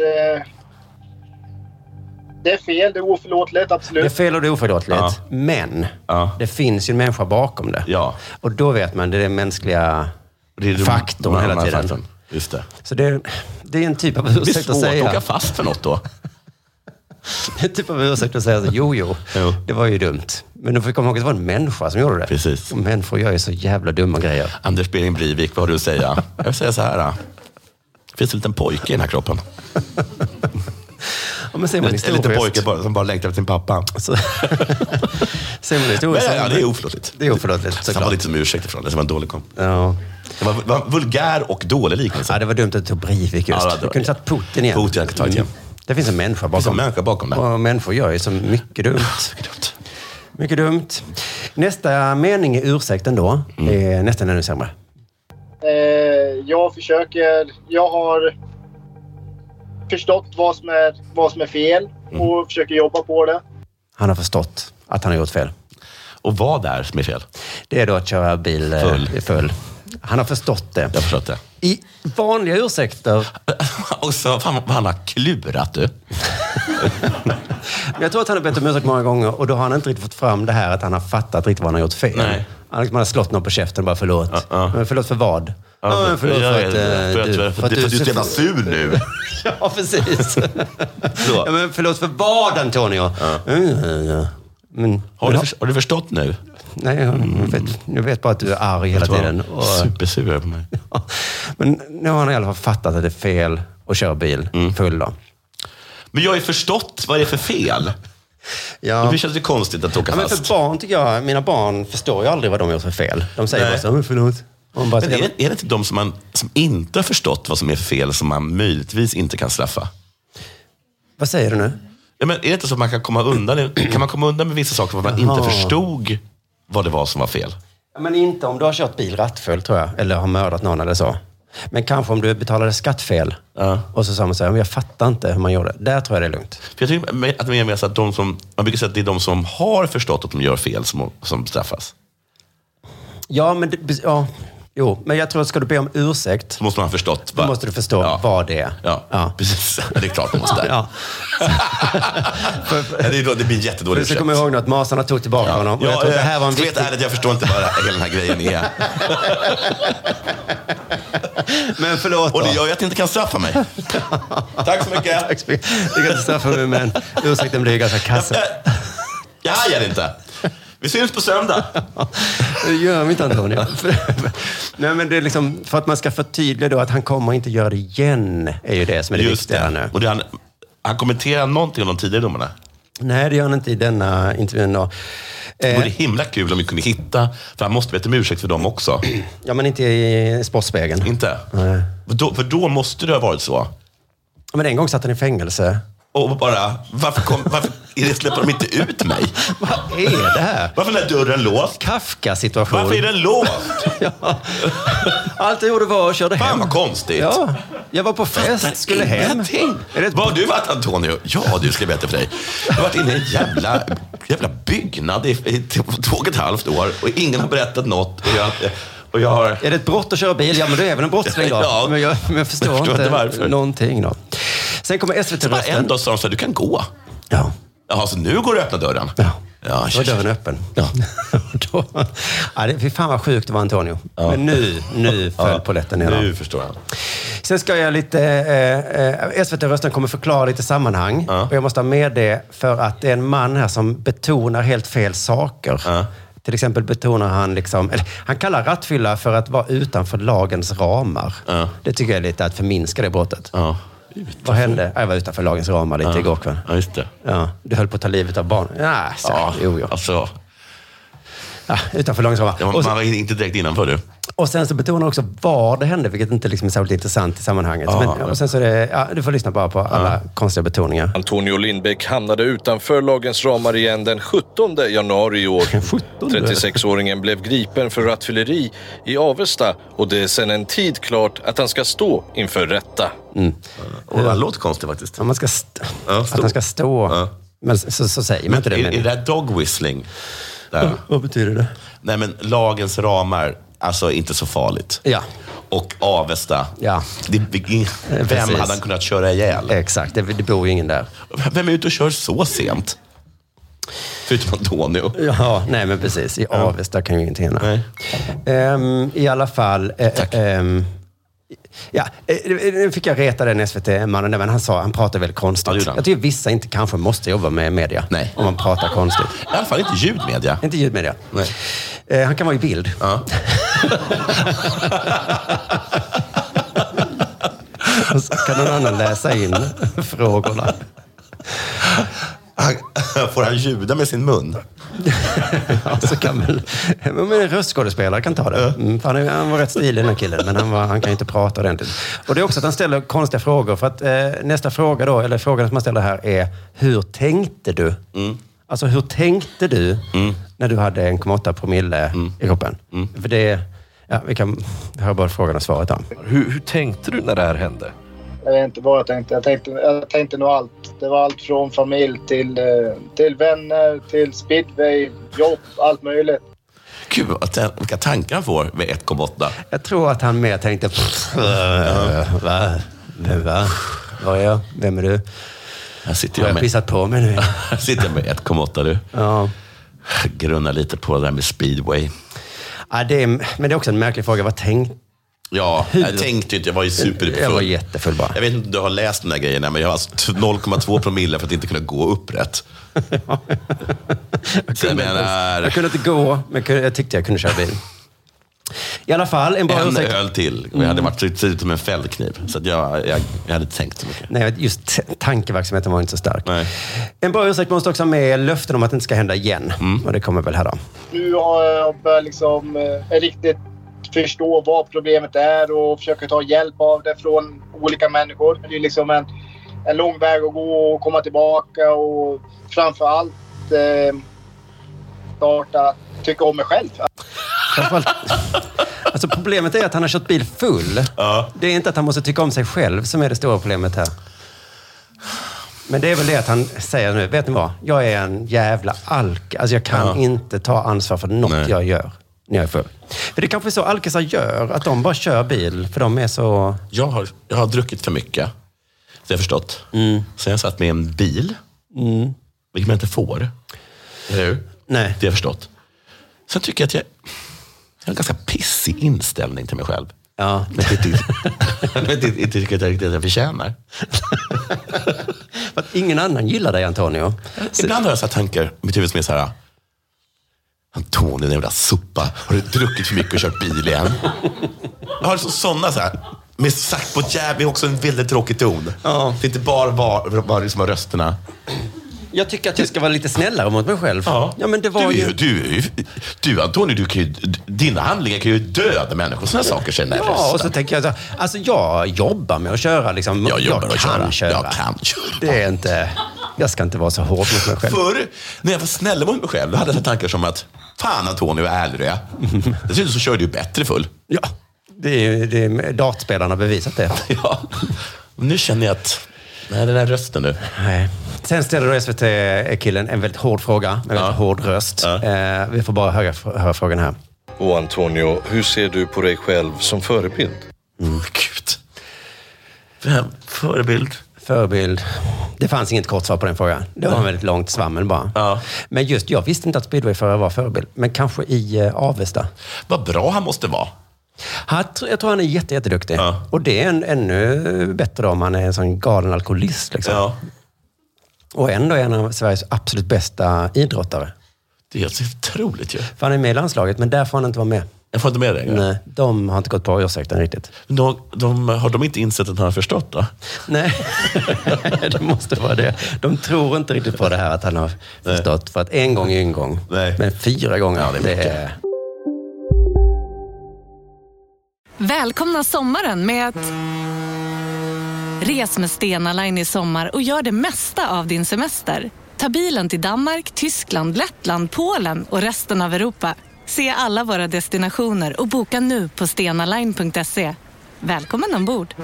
Det är fel, det är oförlåtligt, absolut. Det är fel och det är oförlåtligt. Men det finns ju en människa bakom det. Ja. Och då vet man, det är den mänskliga faktorn hela tiden. Faktorn. Just det. Så det är en typ av ursäkt att säga. Det är svårt att åka fast för något då. Det är en typ av ursäkt att säga att jo, det var ju dumt. Men du får komma ihåg att det var en människa som gjorde det. Precis. Och människor gör ju så jävla dumma grejer. Anders Bering Breivik, vad har du att säga? Jag vill säga så här. Det finns en liten pojke i den här kroppen. Men ser man en liten pojke som bara längtar efter sin pappa. Ser man historiskt? Ja, det är oförlåtligt. Det är oförlåtligt. Det var lite som ursäkt ifrån det. Det var en dålig kom. Ja. Det var vulgär och dålig liknelse. Ja, det var dumt att du tog Breivik just. Du kunde satt Putin igen. Putin kan ta igen. Det finns en människa bakom. Det finns en människa bakom det. Och människor gör ju så mycket dumt. Mycket dumt. Nästa mening i ursäkten då är nästan ännu sämre. Jag har förstått vad som är fel och försöker jobba på det. Han har förstått att han har gjort fel. Och vad är som är fel? Det är då att köra bil full. Han har förstått det. Jag har förstått det. I vanliga ursäkter... Och så, fan, han har klurat du. Jag tror att han har bett om ursäkt många gånger och då har han inte riktigt fått fram det här att han har fattat riktigt vad han har gjort fel. Nej. Man har slått någon på käften bara förlåt. Men förlåt för vad? Förlåt för att du är så jävla sur nu. Ja, precis. Ja, men förlåt för vad, Antonio? Men, har du förstått nu? Nej, jag vet bara att du är arg hela tiden. Supersur på mig. Ja. Men nu har han i alla fall fattat att det är fel att köra bil full då. Men jag har ju förstått vad det är för fel. Ja. Det känns ju konstigt att åka fast. Men för barn tycker jag, mina barn förstår ju aldrig vad de gör för fel. De säger bara så, förlåt. Men är det inte de som inte har förstått vad som är för fel som man möjligtvis inte kan straffa? Vad säger du nu? Ja, men är det inte så att man kan komma undan? Kan man komma undan med vissa saker för att man inte förstod vad det var som var fel? Men inte om du har kört bil rattfull, tror jag. Eller har mördat någon eller så. Men kanske om du betalade skattfel. Och så sa man så här, jag fattar inte hur man gjorde. Där tror jag det är lugnt. För jag tycker att det är mer så att man brukar säga att det är de som har förstått att de gör fel som straffas. Ja, men men jag tror att ska du be om ursäkt så måste man ha förstått. Då måste du förstå vad det är. Ja, precis. Det är klart man måste. Ja. Det blir jättedåligt. Så kommer jag ihåg nu att masarna tog tillbaka honom. Ja, jag det här var en vet ärligt, jag förstår inte vad hela den här grejen är. Men förlåt då. Och det gör ju att jag inte kan straffa mig. Tack så mycket. Tack så mycket. Du kan inte straffa mig, men ursäkten blir ganska kassa. Jag hajar inte. Vi syns på söndag. Det gör vi inte, Antonio. Nej, men det är liksom, för att man ska förtydliga då att han kommer inte göra det igen, är ju det som är det viktiga nu. Och han kommenterar någonting om de tidigare domarna. Nej, det gör han inte i denna intervjun då. Det vore himla kul om vi kunde hitta, för han måste veta om ursäkt för dem också. Ja, men inte i Sportspegeln. Inte? Nej. För då måste det ha varit så. Men en gång satt han i fängelse. Och bara, varför släpper de inte ut mig? Vad är det här? Varför är dörren låst? Kafka-situation. Varför är den låst? Ja. Allt jag gjorde var att köra hem. Fan vad konstigt. Ja, jag var på fest, skulle hem. Var har du varit, Antonio? Ja, du ska berätta för dig. Jag har varit inne i en jävla byggnad i 2,5 år och ingen har berättat något. Och jag har... Är det ett brott att köra bil? Ja, men det är även en brottsling då. Ja, men jag förstår inte varför. Någonting då. Sen kommer SVT-rösten. En dag sa de så här, du kan gå. Ja. Jaha, så nu går du att öppna dörren. Ja. Ja, då var dörren öppen. Ja. Fy fan vad sjukt det var, Antonio. Ja. Men nu föll polletten ner. Nu förstår jag. Sen ska jag lite... SVT-rösten kommer förklara lite sammanhang. Ja. Och jag måste ha med det för att det är en man här som betonar helt fel saker. Ja. Till exempel betonar han han kallar rattfylla för att vara utanför lagens ramar. Ja. Det tycker jag är lite att förminska det brottet. Ja. Vad hände? Jag var utanför lagens ramar lite igår kväll. Ja, just det. Ja, du höll på att ta livet av barn. Alltså. Ja, utanför lagens ramar. Ja, man var inte direkt innanför du. Och sen så betonar också var det hände, vilket inte är särskilt intressant i sammanhanget. Och sen så är det, du får lyssna bara på alla konstiga betoningar. Antonio Lindbäck hamnade utanför lagens ramar igen den 17 januari i år. 36-åringen blev gripen för rattfylleri i Avesta och det är sedan en tid klart att han ska stå inför rätta. Och det låter konstigt faktiskt. Ja, att han ska stå. Ja. Men så säger man inte det. Är det dog whistling? Vad betyder det? Nej, men lagens ramar, alltså inte så farligt. Ja. Och Avesta. Ja. Vem hade han kunnat köra ihjäl? Exakt, det bor ju ingen där. Vem är ute och kör så sent? Förutom Antonio. Ja, nej men precis. I Avesta kan ju ingenting hända. I alla fall... nu fick jag reta den SVT-mannen, men han pratade väldigt konstigt. Jag tycker vissa inte kanske måste jobba med media. Nej. Om man pratar konstigt. I alla fall inte ljudmedia. Inte ljudmedia. Nej. Han kan vara i bild. Ja. Och så kan någon annan läsa in frågorna. Får han ljuda med sin mun? Ja, så kan väl... Men en röstskådespelare kan ta det. Han var rätt stilig den här killen, men han kan inte prata ordentligt. Och det är också att han ställer konstiga frågor. För att nästa fråga då, eller frågan som man ställer här är: hur tänkte du? Alltså, hur tänkte du när du hade 1,8 promille i kroppen? För det... Ja, vi kan höra både frågan och svaret här. Hur tänkte du när det här hände? Jag vet inte vad jag tänkte. Jag tänkte nog allt. Det var allt från familj till vänner, till speedway, jobb, allt möjligt. Gud, vilka tankar han får med 1,8. Jag tror att han mer tänkte... Vad är jag? Vem är du? Här sitter jag med... pissat på mig nu. Här sitter jag med 1,8 du. Ja. Grunnar lite på det där med speedway. Ja, men det är också en märklig fråga. Vad tänkte... Ja, jag tänkte inte, jag var ju superfull. Jag var jättefull bara. Jag vet inte om du har läst de där grejerna, men jag har 0,2 promille för att inte kunna gå upprätt. Jag kunde inte gå, men jag tyckte jag kunde köra bil. I alla fall, en öl till. Jag hade varit som en fällkniv. Så att jag hade tänkt så mycket. Nej, just tankeverksamheten var inte så stark. Nej. En bra ursäkt måste också ha med löften om att det inte ska hända igen. Och det kommer väl här då. Nu har jag börjat riktigt förstå vad problemet är och försöka ta hjälp av det från olika människor. Det är liksom en lång väg att gå och komma tillbaka och framförallt starta tycka om mig själv. Alltså problemet är att han har kört bil full. Ja. Det är inte att han måste tycka om sig själv som är det stora problemet här. Men det är väl det att han säger nu, vet ni vad? Jag är en jävla alk. Alltså jag kan inte ta ansvar för något jag gör när jag är full. För det kanske är så alkisar gör, att de bara kör bil för de är så... Jag har druckit för mycket. Det har jag förstått. Så jag satt med en bil. Vilket man inte får. Eller hur? Nej. Det har jag förstått. Sen tycker jag att jag har en ganska pissig inställning till mig själv. Ja. Men inte tycker att jag förtjänar. För att ingen annan gillar dig, Antonio. Ibland har jag så här tankar i mitt huvud som är så här: Tony, den jävla sopa. Har du druckit för mycket och kört bil igen? Jag har sådana så här. Med sagt på ett jävligt också en väldigt tråkig ton. Ja. Det är inte bara liksom rösterna. Jag tycker att jag ska vara lite snällare mot mig själv. Ja, men det var du Antonio, dina handlingar kan ju döda människor. Sådana saker känner jag. Ja, och så tänker jag så, alltså jag jobbar med att köra liksom. Jag kan köra. Det är inte, jag ska inte vara så hård mot mig själv. Förr, när jag var snäll mot mig själv, då hade jag tankar som att fan Antonio är ärlig. Dessutom så kör du ju bättre full. Ja, det är dartspelarna bevisat det. Ja, nu känner jag att nej, den här rösten nu. Nej. Sen ställer då SVT-killen en väldigt hård fråga med en väldigt hård röst. Vi får bara höra frågan här. Och Antonio, hur ser du på dig själv som förebild? Gud. Vem? Förebild? Det fanns inget kort svar på den frågan. Det var en väldigt långt svammel bara. Ja. Men just, jag visste inte att speedwayförare var förebild. Men kanske i Avesta. Vad bra han måste vara. Jag tror han är jätteduktig. Ja. Och det är ännu bättre om han är en sån galen alkoholist. Liksom. Ja. Och ändå är han en av Sveriges absolut bästa idrottare. Det är helt otroligt ju. För han är med i landslaget, men där får han inte vara med. Jag får inte med det? Nej, de har inte gått på ursäkten riktigt. Har de inte insett att han har förstått då? Nej, det måste vara det. De tror inte riktigt på det här att han har förstått. För att en gång är en gång. Nej. Men 4 gånger, ja, det är... Välkomna sommaren med att... Res med Stena Line i sommar och gör det mesta av din semester. Ta bilen till Danmark, Tyskland, Lettland, Polen och resten av Europa. Se alla våra destinationer och boka nu på stenaline.se. Välkommen ombord!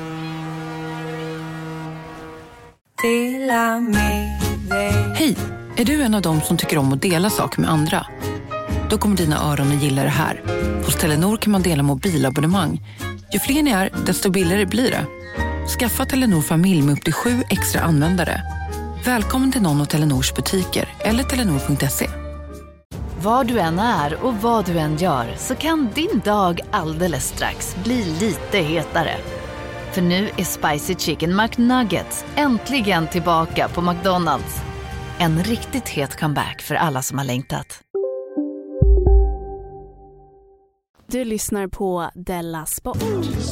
Hej! Är du en av dem som tycker om att dela saker med andra? Då kommer dina öron att gilla det här. Hos Telenor kan man dela mobilabonnemang. Ju fler ni är, desto billigare blir det. Skaffa Telenor familj med upp till 7 extra användare. Välkommen till någon av Telenors butiker eller telenor.se. Var du än är och vad du än gör så kan din dag alldeles strax bli lite hetare. För nu är Spicy Chicken McNuggets äntligen tillbaka på McDonald's. En riktigt het comeback för alla som har längtat. Du lyssnar på Della Sport.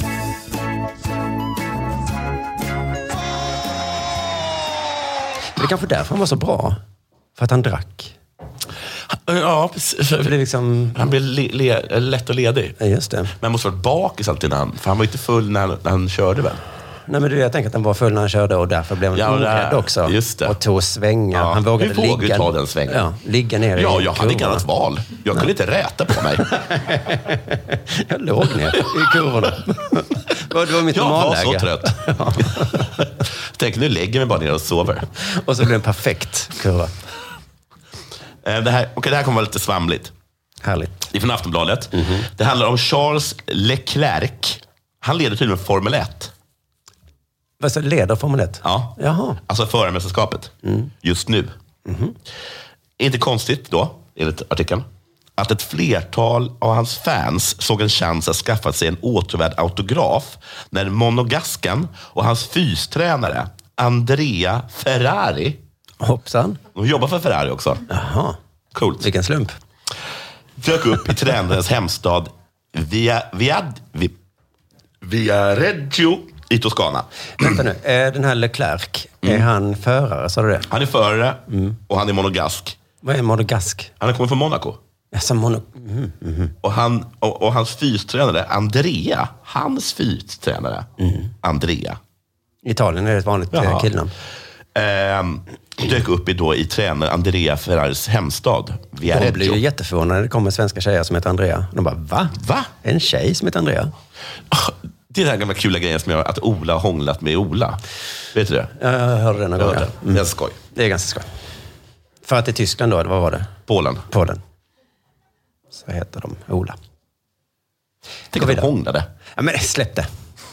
Det är kanske därför han var så bra. För att han drack. Ja, precis. Det är liksom... Han blev lätt och ledig. Ja, just det. Men han måste varit bakis alltid för han var inte full när han körde väl? Nej, men jag tänker att han var full när han körde och därför blev han orädd också. Just det. Och tog svängar. Ja, han vågade ligga. Ta den svängen. Ja, ligga ner i kurvorna. Jag hade inget annat val. Jag kunde inte räta på mig. Jag låg ner i kurvorna. Det var mitt normalläge. Jag var så trött. Tänk, nu lägger mig bara ner och sover. Och så blir det en perfekt kurva. Det här kommer vara lite svamligt. Härligt. Det är från Aftonbladet. Mm-hmm. Det handlar om Charles Leclerc. Han leder tydligen Formel 1. Vad så leder Formel 1? Ja. Jaha. Alltså förarmästerskapet. Just nu. Mm-hmm. Inte konstigt då, enligt artikeln, att ett flertal av hans fans såg en chans att skaffa sig en återvärd autograf när monogasken och hans fystränare Andrea Ferrari. Hoppsan. De jobbar för Ferrari också. Jaha. Coolt. Vilken slump. Dök upp i tränarens hemstad Viareggio i Toscana. Vänta nu, den här Leclerc, är han förare, sa du det? Han är förare och han är monogask. Vad är monogask? Han kommer från Monaco. Och hans fystränare Andrea, Andrea. I Italien är det ett vanligt killnamn. Dök upp i tränare Andrea Ferraris hemstad Viareggio. De blir ju jätteförvånade när det kommer svenska tjejer som heter Andrea. De bara, va? En tjej som heter Andrea? Det är den här gamla kula grejen som gör att Ola har hånglat med Ola. Vet du det? Jag hörde det någon gång. Det är skoj. Det är ganska skoj. För att i Tyskland då, eller vad var det? Polen. Så heter de Ola. Tänk att de hånglade. Ja, men släpp det.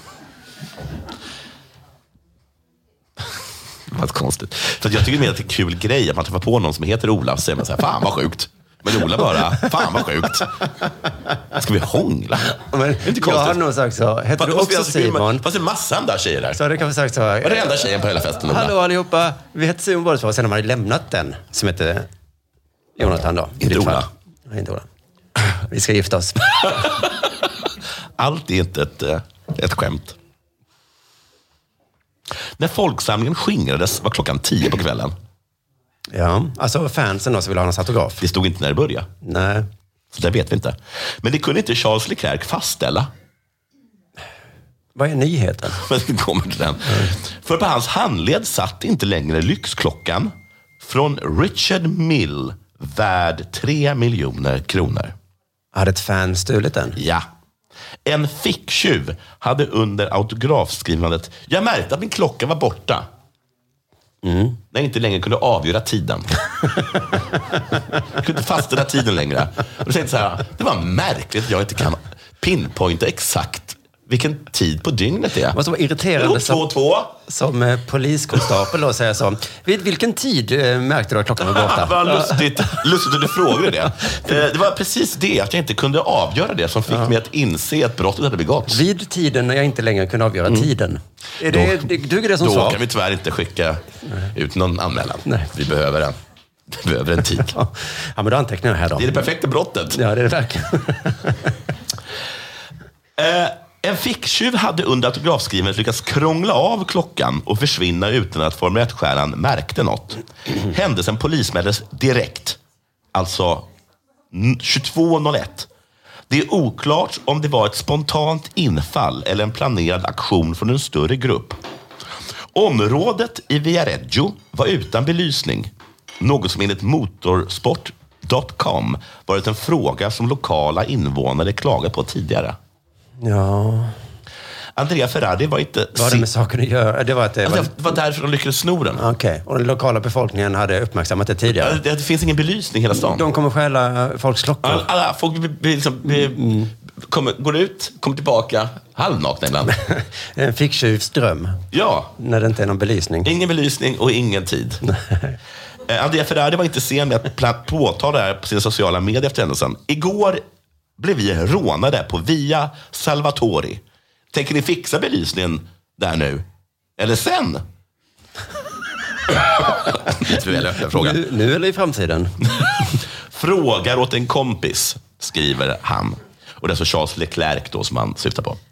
Det var konstigt. För jag tycker mer att det är en kul grej att man träffar på någon som heter Ola, så säger man så här, fan vad sjukt. Men Ola bara, fan vad sjukt. Ska vi hångla? Men jag har nog sagt så. Heter du också Simon? Fast det är massa andra tjejer där. Så det kan vi sagt så. Var det enda tjejen på hela festen? Ola? Hallå allihopa. Vi heter Simon båda två. Sen har man lämnat den som heter Jonathan då. Inte Ola. Nej, inte Ola. Vi ska gifta oss. Allt är inte ett skämt. När folksamlingen skingrades var klockan 10 på kvällen. Ja, alltså fansen då som ville ha en autograf. Det stod inte när det började. Nej. Så det vet vi inte. Men det kunde inte Charles Leclerc fastställa. Vad är nyheten? Men kommer till den. För på hans handled satt inte längre lyxklockan från Richard Mill, värd 3 miljoner kronor. Hade ett fan stulit den? Ja. En ficktjuv hade under autografskrivandet: jag märkte att min klocka var borta. När jag inte längre kunde avgöra tiden. Jag kunde inte fastställa tiden längre. Och då tänkte jag så här, det var märkligt att jag inte kan pinpointa exakt vilken tid på dygnet det är. Vad som var irriterande som poliskonstapel då säger så. Vid vilken tid märkte du att klockan var borta? Vad lustigt att du frågade det. Det var precis det, att jag inte kunde avgöra det som fick mig att inse att brottet hade begåtts. Vid tiden när jag inte längre kunde avgöra tiden. Duger det som svar? Då kan vi tyvärr inte skicka ut någon anmälan. Nej. Vi behöver en tid. Ja, men då antecknar jag här då. Det är det perfekta brottet. Ja, det är det verkligen. En ficktjuv hade under autografskrivandet lyckats krångla av klockan och försvinna utan att Formel 1-stjärnan märkte något. Händelsen polismeddelades direkt. Alltså 22.01. Det är oklart om det var ett spontant infall eller en planerad aktion från en större grupp. Området i Viareggio var utan belysning. Något som enligt motorsport.com varit en fråga som lokala invånare klagat på tidigare. Ja. Andrea Ferrari var inte... Vad hade med saken att göra? Det var därför de lyckades sno den. Okej. Och den lokala befolkningen hade uppmärksammat det tidigare. Det finns ingen belysning i hela stan. De kommer stjäla folks klockor. Alla folk går ut, kommer tillbaka halvnakna ibland. En ficktjuvs dröm. Ja. När det inte är någon belysning. Ingen belysning och ingen tid. Andrea Ferrari var inte sen med att påtala det här på sina sociala medier efter händelsen. Igår blev vi rånade på Via Salvatori. Tänker ni fixa belysningen där nu? Eller sen? Fråga. Nu eller i framtiden? Frågar åt en kompis, skriver han. Och det är så Charles Leclerc då som han syftar på.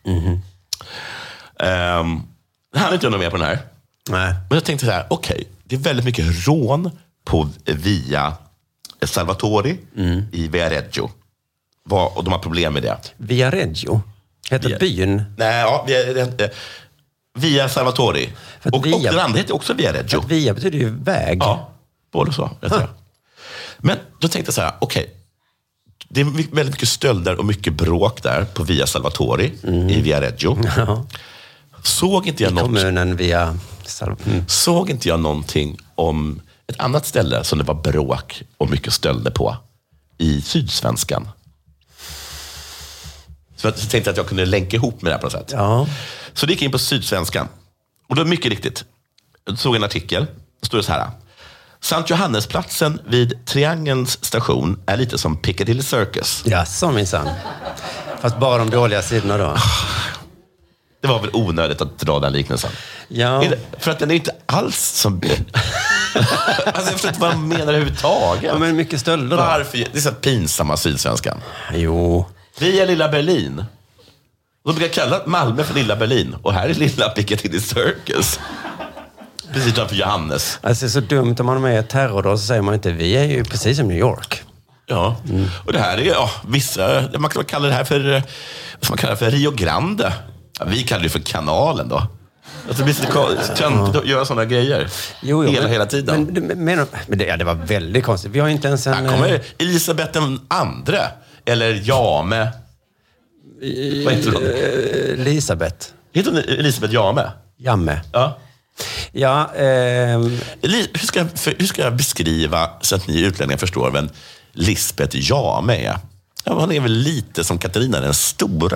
Han är inte någon mer på den här. Nej. Men jag tänkte så här, okej, det är väldigt mycket rån på Via Salvatori i Viareggio. Och de har problem med det. Viareggio? Heter byn? Nej, ja, Via Salvatori. Och den andra heter också Viareggio. Via betyder ju väg. Ja, både så. Men då tänkte jag så här, okej. Det är väldigt mycket stölder och mycket bråk där på Via Salvatori i Viareggio. Ja. Såg inte jag kommunen via Såg inte jag någonting om ett annat ställe som det var bråk och mycket stölder på i Sydsvenskan? Så jag tänkte att jag kunde länka ihop med det här på något sätt. Ja. Så det gick in på Sydsvenskan. Och då mycket riktigt. Jag såg en artikel. Det står det så här. Sankt Johannesplatsen vid Triangelns station är lite som Piccadilly Circus. Ja, som minsann. Fast bara de dåliga sidorna då. Det var väl onödigt att dra den liknelsen. Ja. För att den är inte alls som... Alltså jag förstår inte vad de menar överhuvudtaget. Ja, men mycket stölder då. Varför? Det är så pinsamma Sydsvenskan. Jo. Vi är lilla Berlin. De brukar kalla Malmö för lilla Berlin. Och här är lilla Piccadilly Circus. Precis utanför Johannes. Alltså det är så dumt om man är med i terror då, så säger man inte, vi är ju precis som New York. Ja, och det här är, vissa, man kan kalla det här för, vad man kallar för Rio Grande. Ja, vi kallar det för kanalen då. Alltså det blir så töntigt att göra sådana grejer. Hela tiden. Men det var väldigt konstigt. Vi har inte ens en... Här kommer Elisabeth den andre. Eller Jame. Vad heter hon? Elisabeth. Heter hon Elisabeth Jame? Jamme. Ja. Ja, hur ska jag beskriva så att ni utlänningar förstår vem Lisbeth Jame är? Ja, hon är väl lite som Katarina den stora.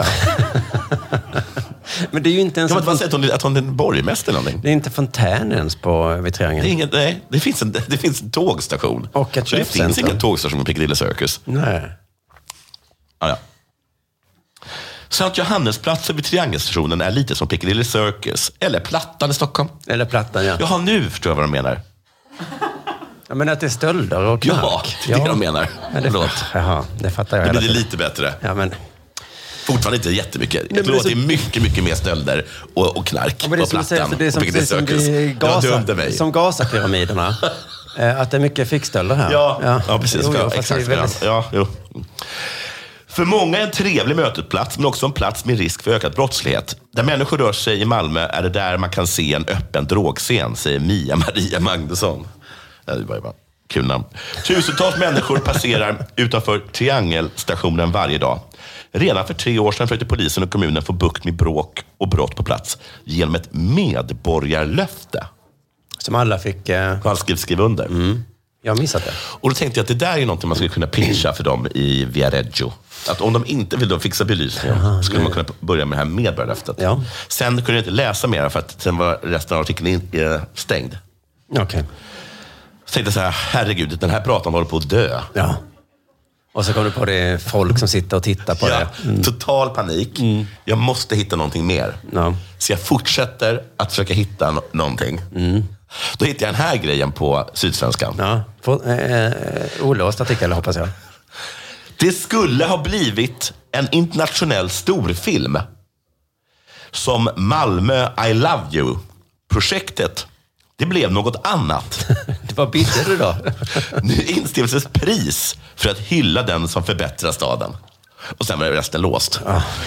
Men det är ju inte ens... Jag har inte sett att hon är en borgmästare eller någonting. Det är inte fontän ens vid Triangeln. Nej, det finns en tågstation. Och ett det finns ingen tågstation på Piccadilly Circus. Nej. Ja. Sankt Johannesplatsen vid Triangelstationen är lite som Piccadilly Circus. Eller Plattan i Stockholm. Eller Plattan, ja. Jaha, nu förstår jag vad de menar. Ja, men att det är stölder och knark. Ja, det är det de menar. Jaha, det fattar jag. Då blir det lite bättre. Ja, men... Fortfarande inte jättemycket. Jag tror att det är mycket mer stölder och knark på plattan. Det är som Gaza-pyramiderna. Att det är mycket fickstölder här. Ja, precis. Exakt. För många är en trevlig mötesplats, men också en plats med risk för ökad brottslighet. Där människor rör sig i Malmö är det där man kan se en öppen drogscen, säger Mia Maria Magnusson. Det var ju bara kul namn. Tusentals människor passerar utanför Triangelstationen varje dag. Redan för 3 år sedan försökte polisen och kommunen få bukt med bråk och brott på plats genom ett medborgarlöfte. Som alla fick... skriva under. Jag har missat det. Och då tänkte jag att det där är något man skulle kunna pitcha för dem i Viareggio. Att om de inte vill då fixa belysningen skulle man kunna börja med det här medborgarlöftet. Ja. Sen kunde jag inte läsa mer för att sen var resten av artikeln stängd. Okej. Så tänkte jag så här, herregud, den här pratan håller på att dö. Ja. Och så kom du på det folk som sitter och tittar på det. Total panik. Jag måste hitta någonting mer. Ja. Så jag fortsätter att försöka hitta någonting. Då hittade jag den här grejen på Sydsvenskan. Ja. Olåst artikel, hoppas jag. Det skulle ha blivit en internationell storfilm som Malmö I Love You-projektet. Det blev något annat. Vad bidde du då? Nu instiftas ett pris för att hylla den som förbättrar staden. Och sen var resten låst.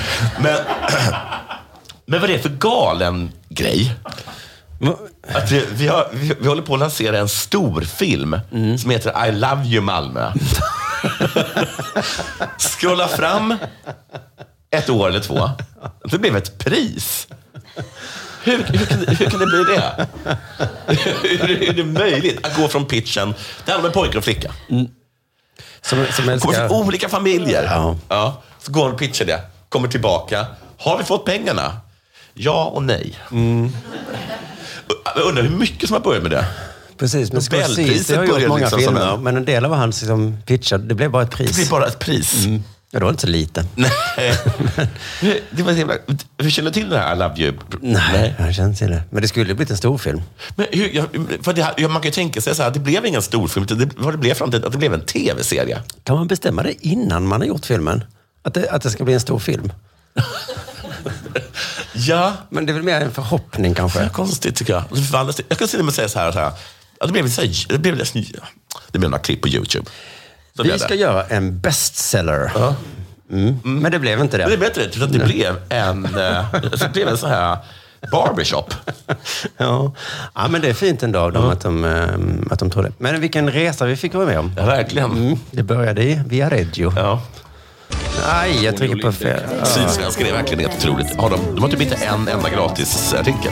Men vad är det för galen grej? Att vi håller på att lansera en stor film som heter I Love You Malmö. Scrolla fram 1 år eller 2. Det blev ett pris. Hur kan det bli det? Hur är det möjligt att gå från pitchen? Det handlar om en pojke och flicka. Kommer från olika familjer. Ja. Så går de och pitchar det. Kommer tillbaka. Har vi fått pengarna? Ja och nej. Jag undrar hur mycket som har börjat med det. Precis, men Scorsese har gjort många liksom filmer. Men en del av hans liksom, pitchade, det blev bara ett pris. Det blev bara ett pris. Ja, det var inte så lite. Nej. Det var himla... Hur känner du till det här I Love You? Nej, jag känner till det. Men det skulle blivit en stor film. Men man kan ju tänka sig så här, det blev ingen stor film. Vad det blev fram till att det blev en tv-serie. Kan man bestämma det innan man har gjort filmen? Att det ska bli en stor film? Ja. Men det är väl mer en förhoppning kanske. Det är konstigt tycker jag. Jag kan till och med säga så här. Det blev några klipp på YouTube. Vi ska göra en bestseller. Ja. Men det blev inte det. Det blev inte det, utan det blev en så här barbershop. Ja, men det är fint ändå av dem att de tror det. Men vilken resa vi fick vara med om. Ja, verkligen. Det började i Viareggio. Ja. Nej, jag trycker på fel. Sydsvenskan är verkligen helt otroligt. De har typ inte en enda gratis artikel.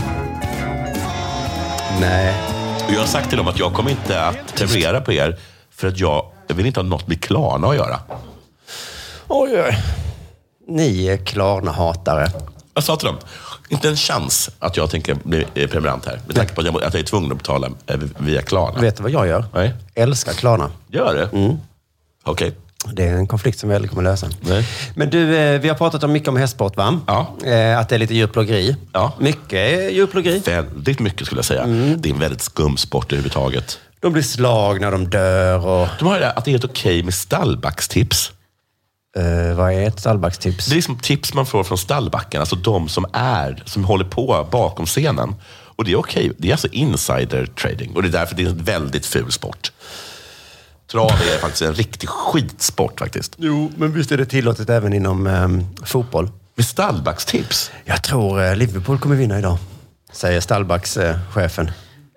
Nej. Och jag har sagt till dem att jag kommer inte att leverera på er för att jag vill inte ha något med Klarna att göra. Oj. Ni är Klarna-hatare. Jag sa till dem, inte en chans att jag tänker bli prenumerant här. Med tanke på att jag är tvungen att betala via Klarna. Vet du vad jag gör? Nej. Älskar Klarna. Gör det? Okej. Det är en konflikt som vi aldrig kommer lösa. Nej. Men du, vi har pratat om mycket om hästsport, va? Ja. Att det är lite djurplågeri. Ja. Mycket djurplågeri. Väldigt mycket skulle jag säga. Det är en väldigt skum sport överhuvudtaget. De blir slagna, de dör och... De har ju att det är helt okej med stallbackstips. Vad är ett stallbackstips? Det är som tips man får från stallbacken. Alltså de som håller på bakom scenen. Och det är okej. Det är alltså insider trading. Och det är därför det är en väldigt ful sport. Trav är faktiskt en riktig skitsport faktiskt. Jo, men visst är det tillåtet även inom fotboll. Med stallbackstips? Jag tror Liverpool kommer vinna idag, säger stallbackschefen.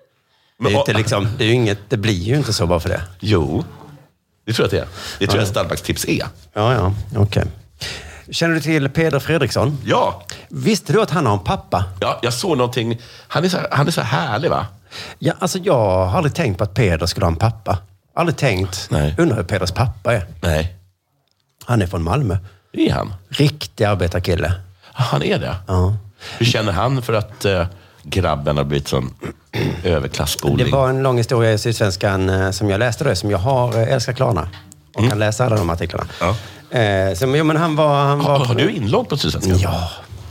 Det blir ju inte så bara för det. Jo, det tror jag att det är. Det tror jag stallbackstips är. Ja, okej. Känner du till Peder Fredriksson? Ja. Visste du att han har en pappa? Ja, jag såg någonting. Han är så härlig, va? Ja, alltså jag har aldrig tänkt på att Peder skulle ha en pappa. Aldrig tänkt. Nej. Undrar hur Peders pappa är. Nej. Han är från Malmö. Är han? Riktig arbetarkille. Han är det? Ja. Hur känner han för att grabben har blivit sån överklassboling? Det var en lång historia i Sydsvenskan som jag läste då, som jag älskar Klarna. Och kan läsa alla de artiklarna. Ja. Men han var... Har du inlogg på Sydsvenskan? Ja.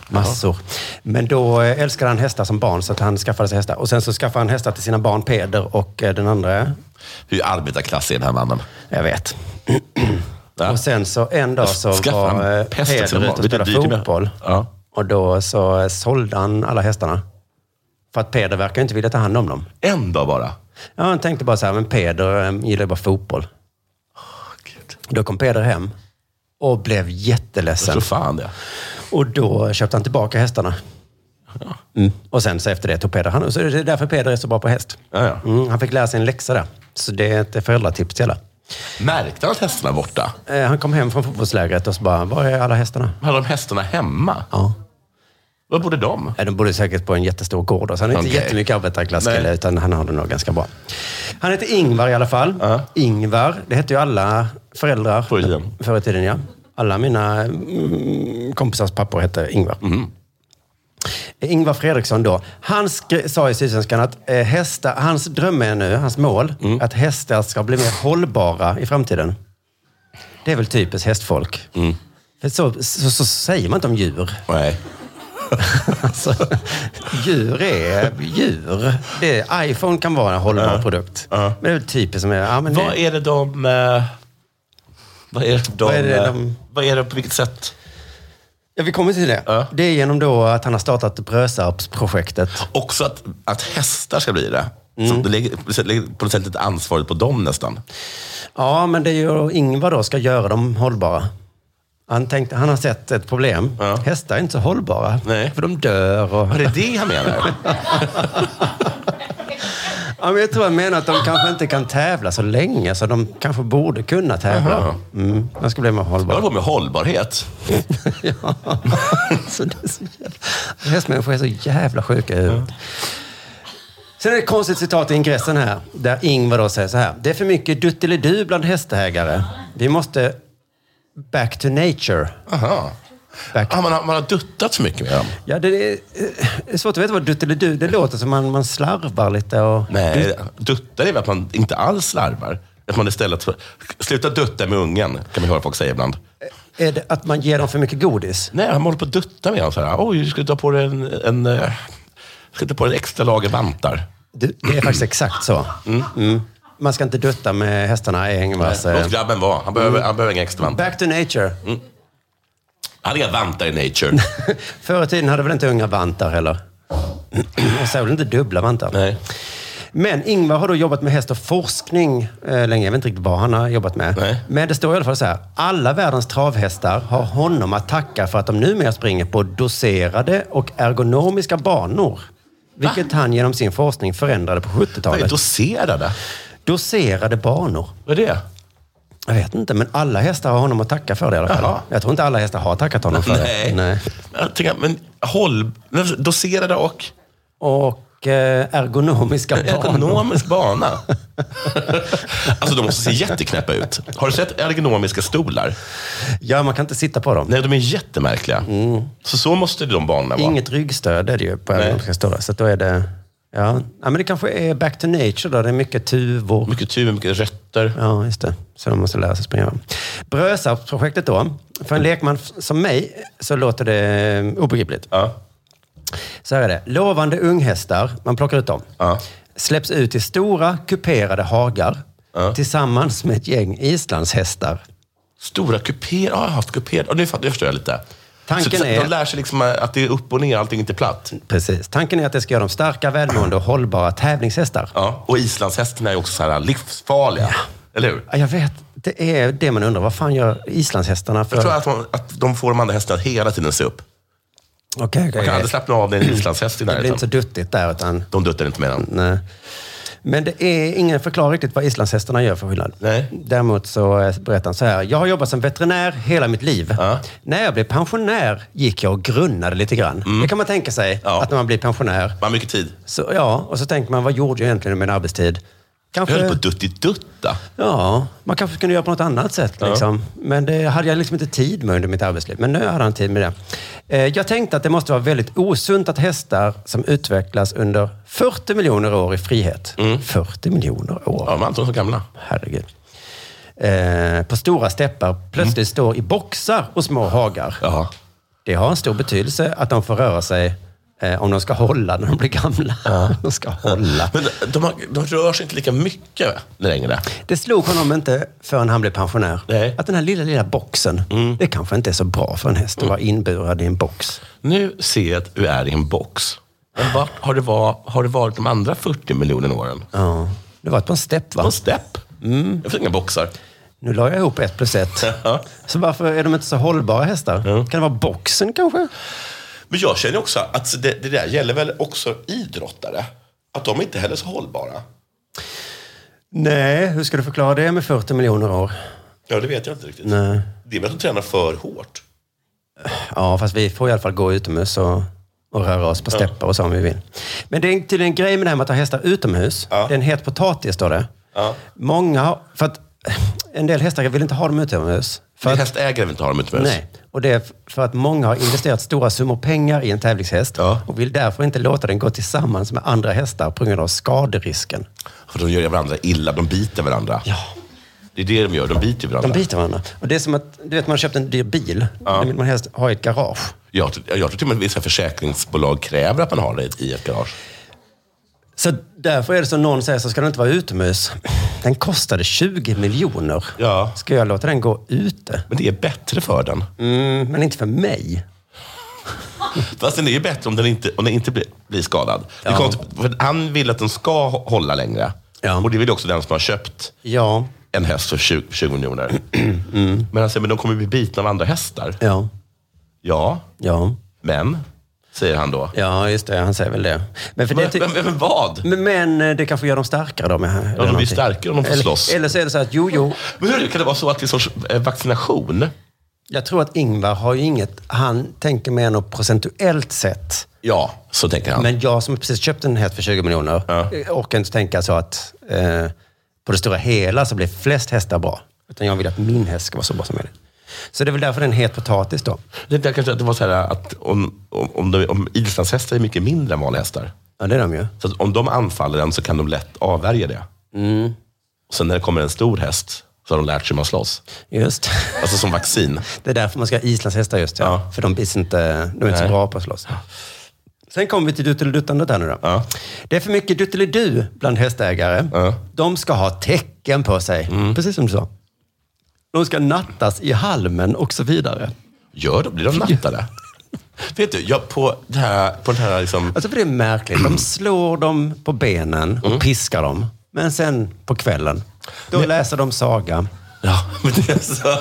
Massor. Men då älskade han hästar som barn så att han skaffade sig hästar. Och sen så skaffade han hästar till sina barn Peder och den andra. Hur arbetarklass är den här mannen? Jag vet. Och sen så en dag så var Peder ute och spelade fotboll. Ja. Och då så sålde han alla hästarna. För att Peder verkar inte vilja ta hand om dem. En dag bara? Ja, han tänkte bara så här, men Peder gillar bara fotboll. Då kom Peder hem och blev jätteledsen. Jag tror fan det. Och då köpte han tillbaka hästarna. Ja. Och sen så efter det tog Peder han. Så det är därför Peder är så bra på häst. Ja. Han fick lära sig en läxa där. Så det är ett föräldratips till alla. Märkte han att hästarna var borta? Han kom hem från fotbollslägret och så bara, var är alla hästarna? Hade de hästarna hemma? Ja. Var bodde de? De bodde säkert på en jättestor gård. Så han är inte jättemycket arbetarklasskille, utan han har det nog ganska bra. Han heter Ingvar i alla fall. Ingvar, det heter ju alla föräldrar förr i tiden, ja. Alla mina kompisars pappor heter Ingvar. Ingvar Fredriksson då. Han sa i Sydsvenskan att hans dröm är nu, hans mål, att hästar ska bli mer hållbara i framtiden. Det är väl typiskt hästfolk. För så säger man inte om djur. Nej. Alltså, djur är djur. iPhone kan vara en hållbar produkt. Men det är väl typiskt som är... Vad är det på vilket sätt? Ja, vi kommer till det. Det är genom då att han har startat Brösarpsprojektet. Också att hästar ska bli det. Så det lägger på något sätt lite ansvaret på dem nästan. Ja, men det är ju Ingvar då ska göra dem hållbara. Han har sett ett problem. Hästar är inte så hållbara. Nej. För de dör. Och... Är det det han menar? Ja, men jag tror han menar att de kanske inte kan tävla så länge. Så de kanske borde kunna tävla. De ska bli mer hållbara. Jag håller på med hållbarhet. Ja. Så det är så jävla... Hästmänniskor är så jävla sjuka ut. Sen är det ett konstigt citat i ingressen här. Där Ingvar då säger så här. Det är för mycket duttelidu bland hästägare. Vi måste... Back to nature. Aha. Man har duttat så mycket med dem. Ja, det är svårt att veta vad duttelidu. Det låter som man slarvar lite. Och nej, duttar är väl att man inte alls slarvar. Att man istället för... Sluta dutta med ungen, kan man höra folk säga ibland. Är det att man ger dem för mycket godis? Nej, man håller på att dutta med dem så här. Oj, du ska ta på dig en extra lager vantar. Det är faktiskt exakt så. Man ska inte dutta med hästarna i Ingvars... Låt grabben vara. Han behöver inga extra vantar. Back to nature. Han hade inga vantar i nature. Förr i tiden hade väl inte unga vantar heller. Och så väl inte dubbla vantar. Nej. Men Ingvar har då jobbat med häst och forskning länge. Jag vet inte riktigt vad han har jobbat med. Nej. Men det står i alla fall så här. Alla världens travhästar har honom att tacka för att de numera springer på doserade och ergonomiska banor. Vilket han genom sin forskning förändrade på 70-talet. Vad är doserade? Doserade banor. Vad är det? Jag vet inte, men alla hästar har honom att tacka för det i alla fall. Jaha. Jag tror inte alla hästar har tackat honom för det. Nej. Jag tänker, men doserade och ergonomiska banor. Ergonomisk bana. Alltså de måste se jätteknäppa ut. Har du sett ergonomiska stolar? Ja, man kan inte sitta på dem. Nej, de är jättemärkliga. Så måste de banorna vara. Inget ryggstöd är det ju på ergonomiska stolar. Så då är det... Ja, men det kanske är back to nature då. Det är mycket tuvor. Mycket rötter. Ja, just det. Så de måste lära sig springa. Brösarpsprojektet då. För en lekman som mig så låter det obegripligt. Ja. Så här är det. Lovande unghästar, man plockar ut dem. Ja. Släpps ut i stora kuperade hagar. Ja. Tillsammans med ett gäng islandshästar. Stora kuperade? Det förstår jag lite. Tanken är... De lär sig liksom att det är upp och ner, allting inte är platt. Precis. Tanken är att det ska göra dem starka, välmående och hållbara tävlingshästar. Ja, och islandshästarna är också så här livsfarliga. Ja. Eller hur? Ja, jag vet. Det är det man undrar. Vad fan gör islandshästarna för... Jag tror att de får de andra hästarna hela tiden se upp. Okay. Man kan aldrig slappna av den islandshäst i närheten. Det blir inte så duttigt där, utan... De duttar inte med den. Nej. Men det är ingen förklaring riktigt vad islandshästarna gör för skillnad. Nej. Däremot så berättar han så här. Jag har jobbat som veterinär hela mitt liv. Ja. När jag blev pensionär gick jag och grunnade lite grann. Det kan man tänka sig, att när man blir pensionär... Man har mycket tid. Så, ja, och så tänker man, vad gjorde jag egentligen med min arbetstid? Kanske... Jag höll på dutta. Ja, man kanske kunde göra på något annat sätt. Liksom. Men det hade jag liksom inte tid med under mitt arbetsliv. Men nu hade han tid med det. Jag tänkte att det måste vara väldigt osunt att hästar som utvecklas under 40 miljoner år i frihet. 40 miljoner år? Ja, man är inte så gamla. Herregud. På stora steppar plötsligt står i boxar och små hagar. Ja. Det har en stor betydelse att de får röra sig om de ska hålla när de blir gamla. Ja. De ska hålla. Men de rör sig inte lika mycket längre. Det slog honom inte förrän han blev pensionär. Nej. Att den här lilla boxen, det kanske inte är så bra för en häst att vara inburad i en box. Nu ser jag att du är i en box. Men vart har det varit de andra 40 miljoner åren? Ja, det var på en stepp, va? På en stepp? Jag får inga boxar. Nu la jag ihop 1 + 1. Så varför är de inte så hållbara hästar? Kan det vara boxen kanske? Men jag känner också att det där gäller väl också idrottare. Att de inte heller är så hållbara. Nej, hur ska du förklara det med 40 miljoner år? Ja, det vet jag inte riktigt. Nej. Det är väl att de tränar för hårt. Ja, fast vi får i alla fall gå utomhus och röra oss på steppar och så om vi vill. Men det är tydligen en grej med det här med att ha hästar utomhus. Ja. Det är en het potatis, står det. Ja. Många, för att en del hästar vill inte ha dem utomhus. Hästägare vill inte ha dem utomhus. Nej, och det är för att många har investerat stora summor pengar i en tävlingshäst och vill därför inte låta den gå tillsammans med andra hästar på grund av skaderisken. För de gör varandra illa, de biter varandra. Ja. Det är det de gör, de biter varandra. De biter varandra. Och det är som att, du vet, man har köpt en dyr bil. Ja. Den vill man helst ha i ett garage. Jag tror till och med att vissa försäkringsbolag kräver att man har det i ett garage. Så därför är det som någon säger, så ska den inte vara utomhus. Den kostade 20 miljoner. Ja. Ska jag låta den gå ute? Men det är bättre för den. Men inte för mig. Fast den är ju bättre om den inte blir skadad. Ja. Det konstigt, för han vill att den ska hålla längre. Ja. Och det vill också den som har köpt en häst för 20 miljoner. Men han säger, men de kommer bli bitna av andra hästar. Ja. Men... säger han då. Ja, just det. Han säger väl det. Men, men vad? Men det kanske gör dem starkare då. Ja, de blir starkare om de får slåss. Eller så är det så att, jo. Men hur kan det vara så att det är en sorts vaccination? Jag tror att Ingvar har ju inget... Han tänker mer något procentuellt sett. Ja, så tänker han. Men jag som precis köpt en häst för 20 miljoner orkar inte tänka så att på det stora hela så blir flest hästar bra. Utan jag vill att min häst ska vara så bra som möjligt. Så det är väl därför den är en het potatis då. Det kanske att det var så här att om islandshästar är mycket mindre än vanliga hästar. Ja, det är de ju. Så att om de anfaller den så kan de lätt avvärja det. Och sen när det kommer en stor häst så har de lärt sig hur man slåss. Just. Alltså som vaccin. Det är därför man ska ha islandshästar just. Ja. För de är inte så bra på att slåss. Sen kommer vi till dutteliduttandet här nu då. Ja. Det är för mycket duttelidu bland hästägare. Ja. De ska ha tecken på sig. Precis som du sa. De ska nattas i halmen och så vidare. Blir de nattade? Vet du, på det här liksom... Alltså för det är märkligt. De slår dem på benen och piskar dem. Men sen på kvällen, då läser de saga. Ja, men det är så...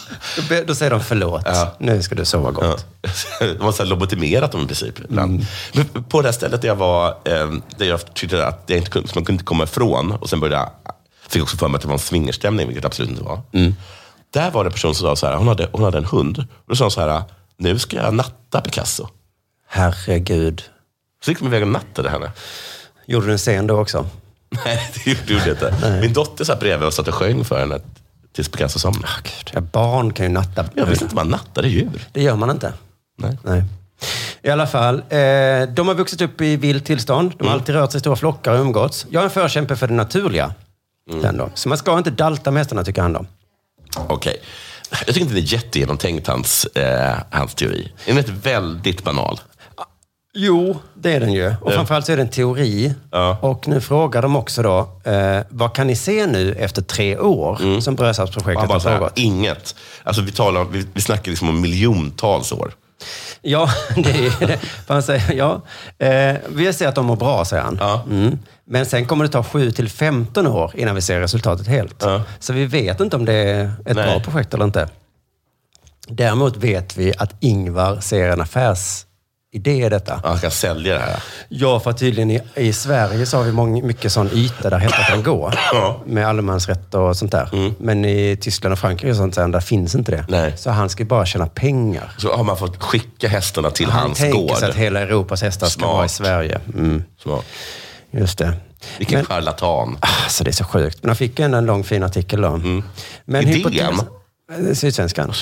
Då säger de förlåt. Ja. Nu ska du sova gott. Ja. De har så här lobotomerat dem i princip. Men på det här stället där jag var, där jag tyckte att jag man kunde inte komma ifrån. Och sen fick också för mig att det var en swingerstämning, vilket absolut inte var. Där var det en person som sa så här, hon hade en hund. Och då sa hon så här, nu ska jag natta Picasso. Herregud. Så gick de iväg och nattade henne. Gjorde du en scen då också? Nej, det gjorde jag inte. Nej. Min dotter satt bredvid och satt och sjöng för henne tills Picasso somnade. Barn kan ju natta. Jag visste inte man nattade djur. Det gör man inte. Nej. I alla fall, de har vuxit upp i vilt tillstånd. De har alltid rört sig i stora flockar och umgåtts. Jag är en förkämpe för det naturliga. Så man ska inte dalta med hästarna, tycker han då. Okej. Jag tycker inte det är jättegenomtänkt hans teori. Den är väldigt banal. Jo, det är den ju. Och framförallt så är det en teori. Ja. Och nu frågar de också då, vad kan ni se nu efter 3 år som Brösarpsprojektet har pågått? Inget. Alltså vi snackar liksom om miljontals år. Ja, det är det. Han säger, vi ser att de mår bra, säger han. Ja. Men sen kommer det ta 7-15 år innan vi ser resultatet helt. Ja. Så vi vet inte om det är ett bra projekt eller inte. Däremot vet vi att Ingvar ser en affärsidé i detta. Han ska sälja det här. Ja, för tydligen i Sverige så har vi mycket sån yta där hästar kan gå. Med allemansrätt och sånt där. Men i Tyskland och Frankrike och sånt där finns inte det. Nej. Så han ska bara tjäna pengar. Så har man fått skicka hästarna till hans gård. Han tänker sig att hela Europas hästar ska vara i Sverige. Smart. Just det. Vilken charlatan. Alltså det är så sjukt. Men han fick en lång fin artikel då. Men Sydsvenskan.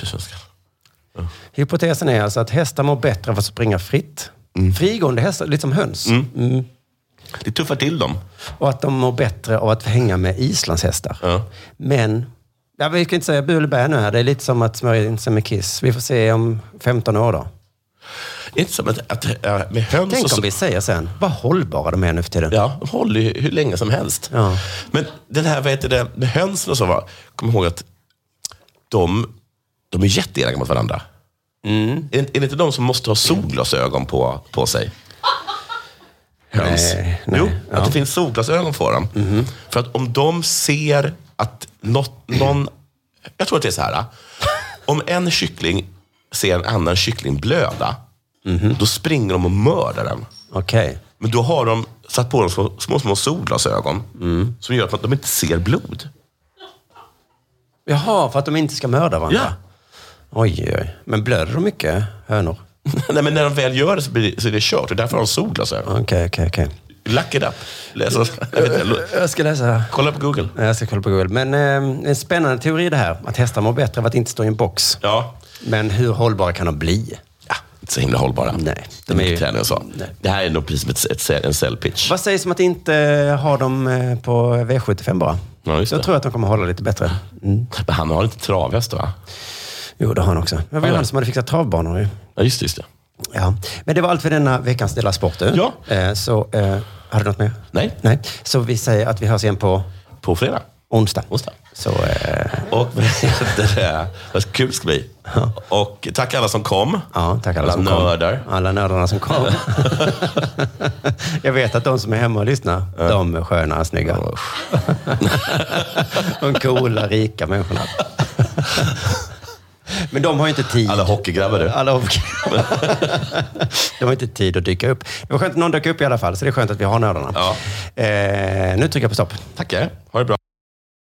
Hypotesen är alltså att hästar mår bättre av att springa fritt. Frigående hästar, lite som höns. Det tuffar till dem. Och att de mår bättre av att hänga med islandshästar. Men, vi ska inte säga bu eller bä nu här. Det är lite som att smörja in sig med kiss. Vi får se om 15 år då. Inte som att med höns. Tänk om vi säger sen, vad hållbara de är nu för tiden. Ja, de håller ju hur länge som helst. Ja. Men den här, vad heter det, med hönsen och så, kom ihåg att de är jätteelaka mot varandra. Är det inte de som måste ha solglasögon på sig? Höns. Nej. Att det finns solglasögon på dem. För att om de ser att någon... Jag tror att det är så här. Om en kyckling ser en annan kyckling blöda, då springer de och mördar den. Okej. Men då har de satt på dem små solglasögon som gör att de inte ser blod. Jaha, för att de inte ska mörda varandra. Ja. Oj. Men blöder de mycket, hönor? Nej, men när de väl gör det så är det kört. Och därför har de solglasögon. Okej. Look it up. Jag ska läsa. Kolla på Google. Jag ska kolla på Google. Men en spännande teori det här. Att hästar mår bättre av att inte stå i en box. Ja. Men hur hållbara kan de bli? Ja, inte så himla hållbara. Nej. De är ju träning och så. Nej. Det här är nog precis som en säljpitch. Vad sägs om att inte ha dem på V75 bara? Ja, just det. Jag tror att de kommer hålla lite bättre. Men han har inte travhäst, va? Jo, det har han också. Men var han som hade fixat travbanor ju. Ja, just det. Ja. Men det var allt för denna veckans Della Sport. Ja. Så, har du något mer? Nej. Så vi säger att vi hörs igen på fredag. Onsdag. Så, och vad kul ska bli. Och tack alla som kom. Ja, tack alla som nördar. Kom. Alla nördarna som kom. Jag vet att de som är hemma och lyssnar, de är sköna och snygga. De coola, rika människorna. Men de har ju inte tid. Alla hockeygrabbar. De har inte tid att dyka upp. Det var skönt att någon dök upp i alla fall, så det är skönt att vi har nördarna. Ja. Nu trycker jag på stopp. Tackar. Ha det bra.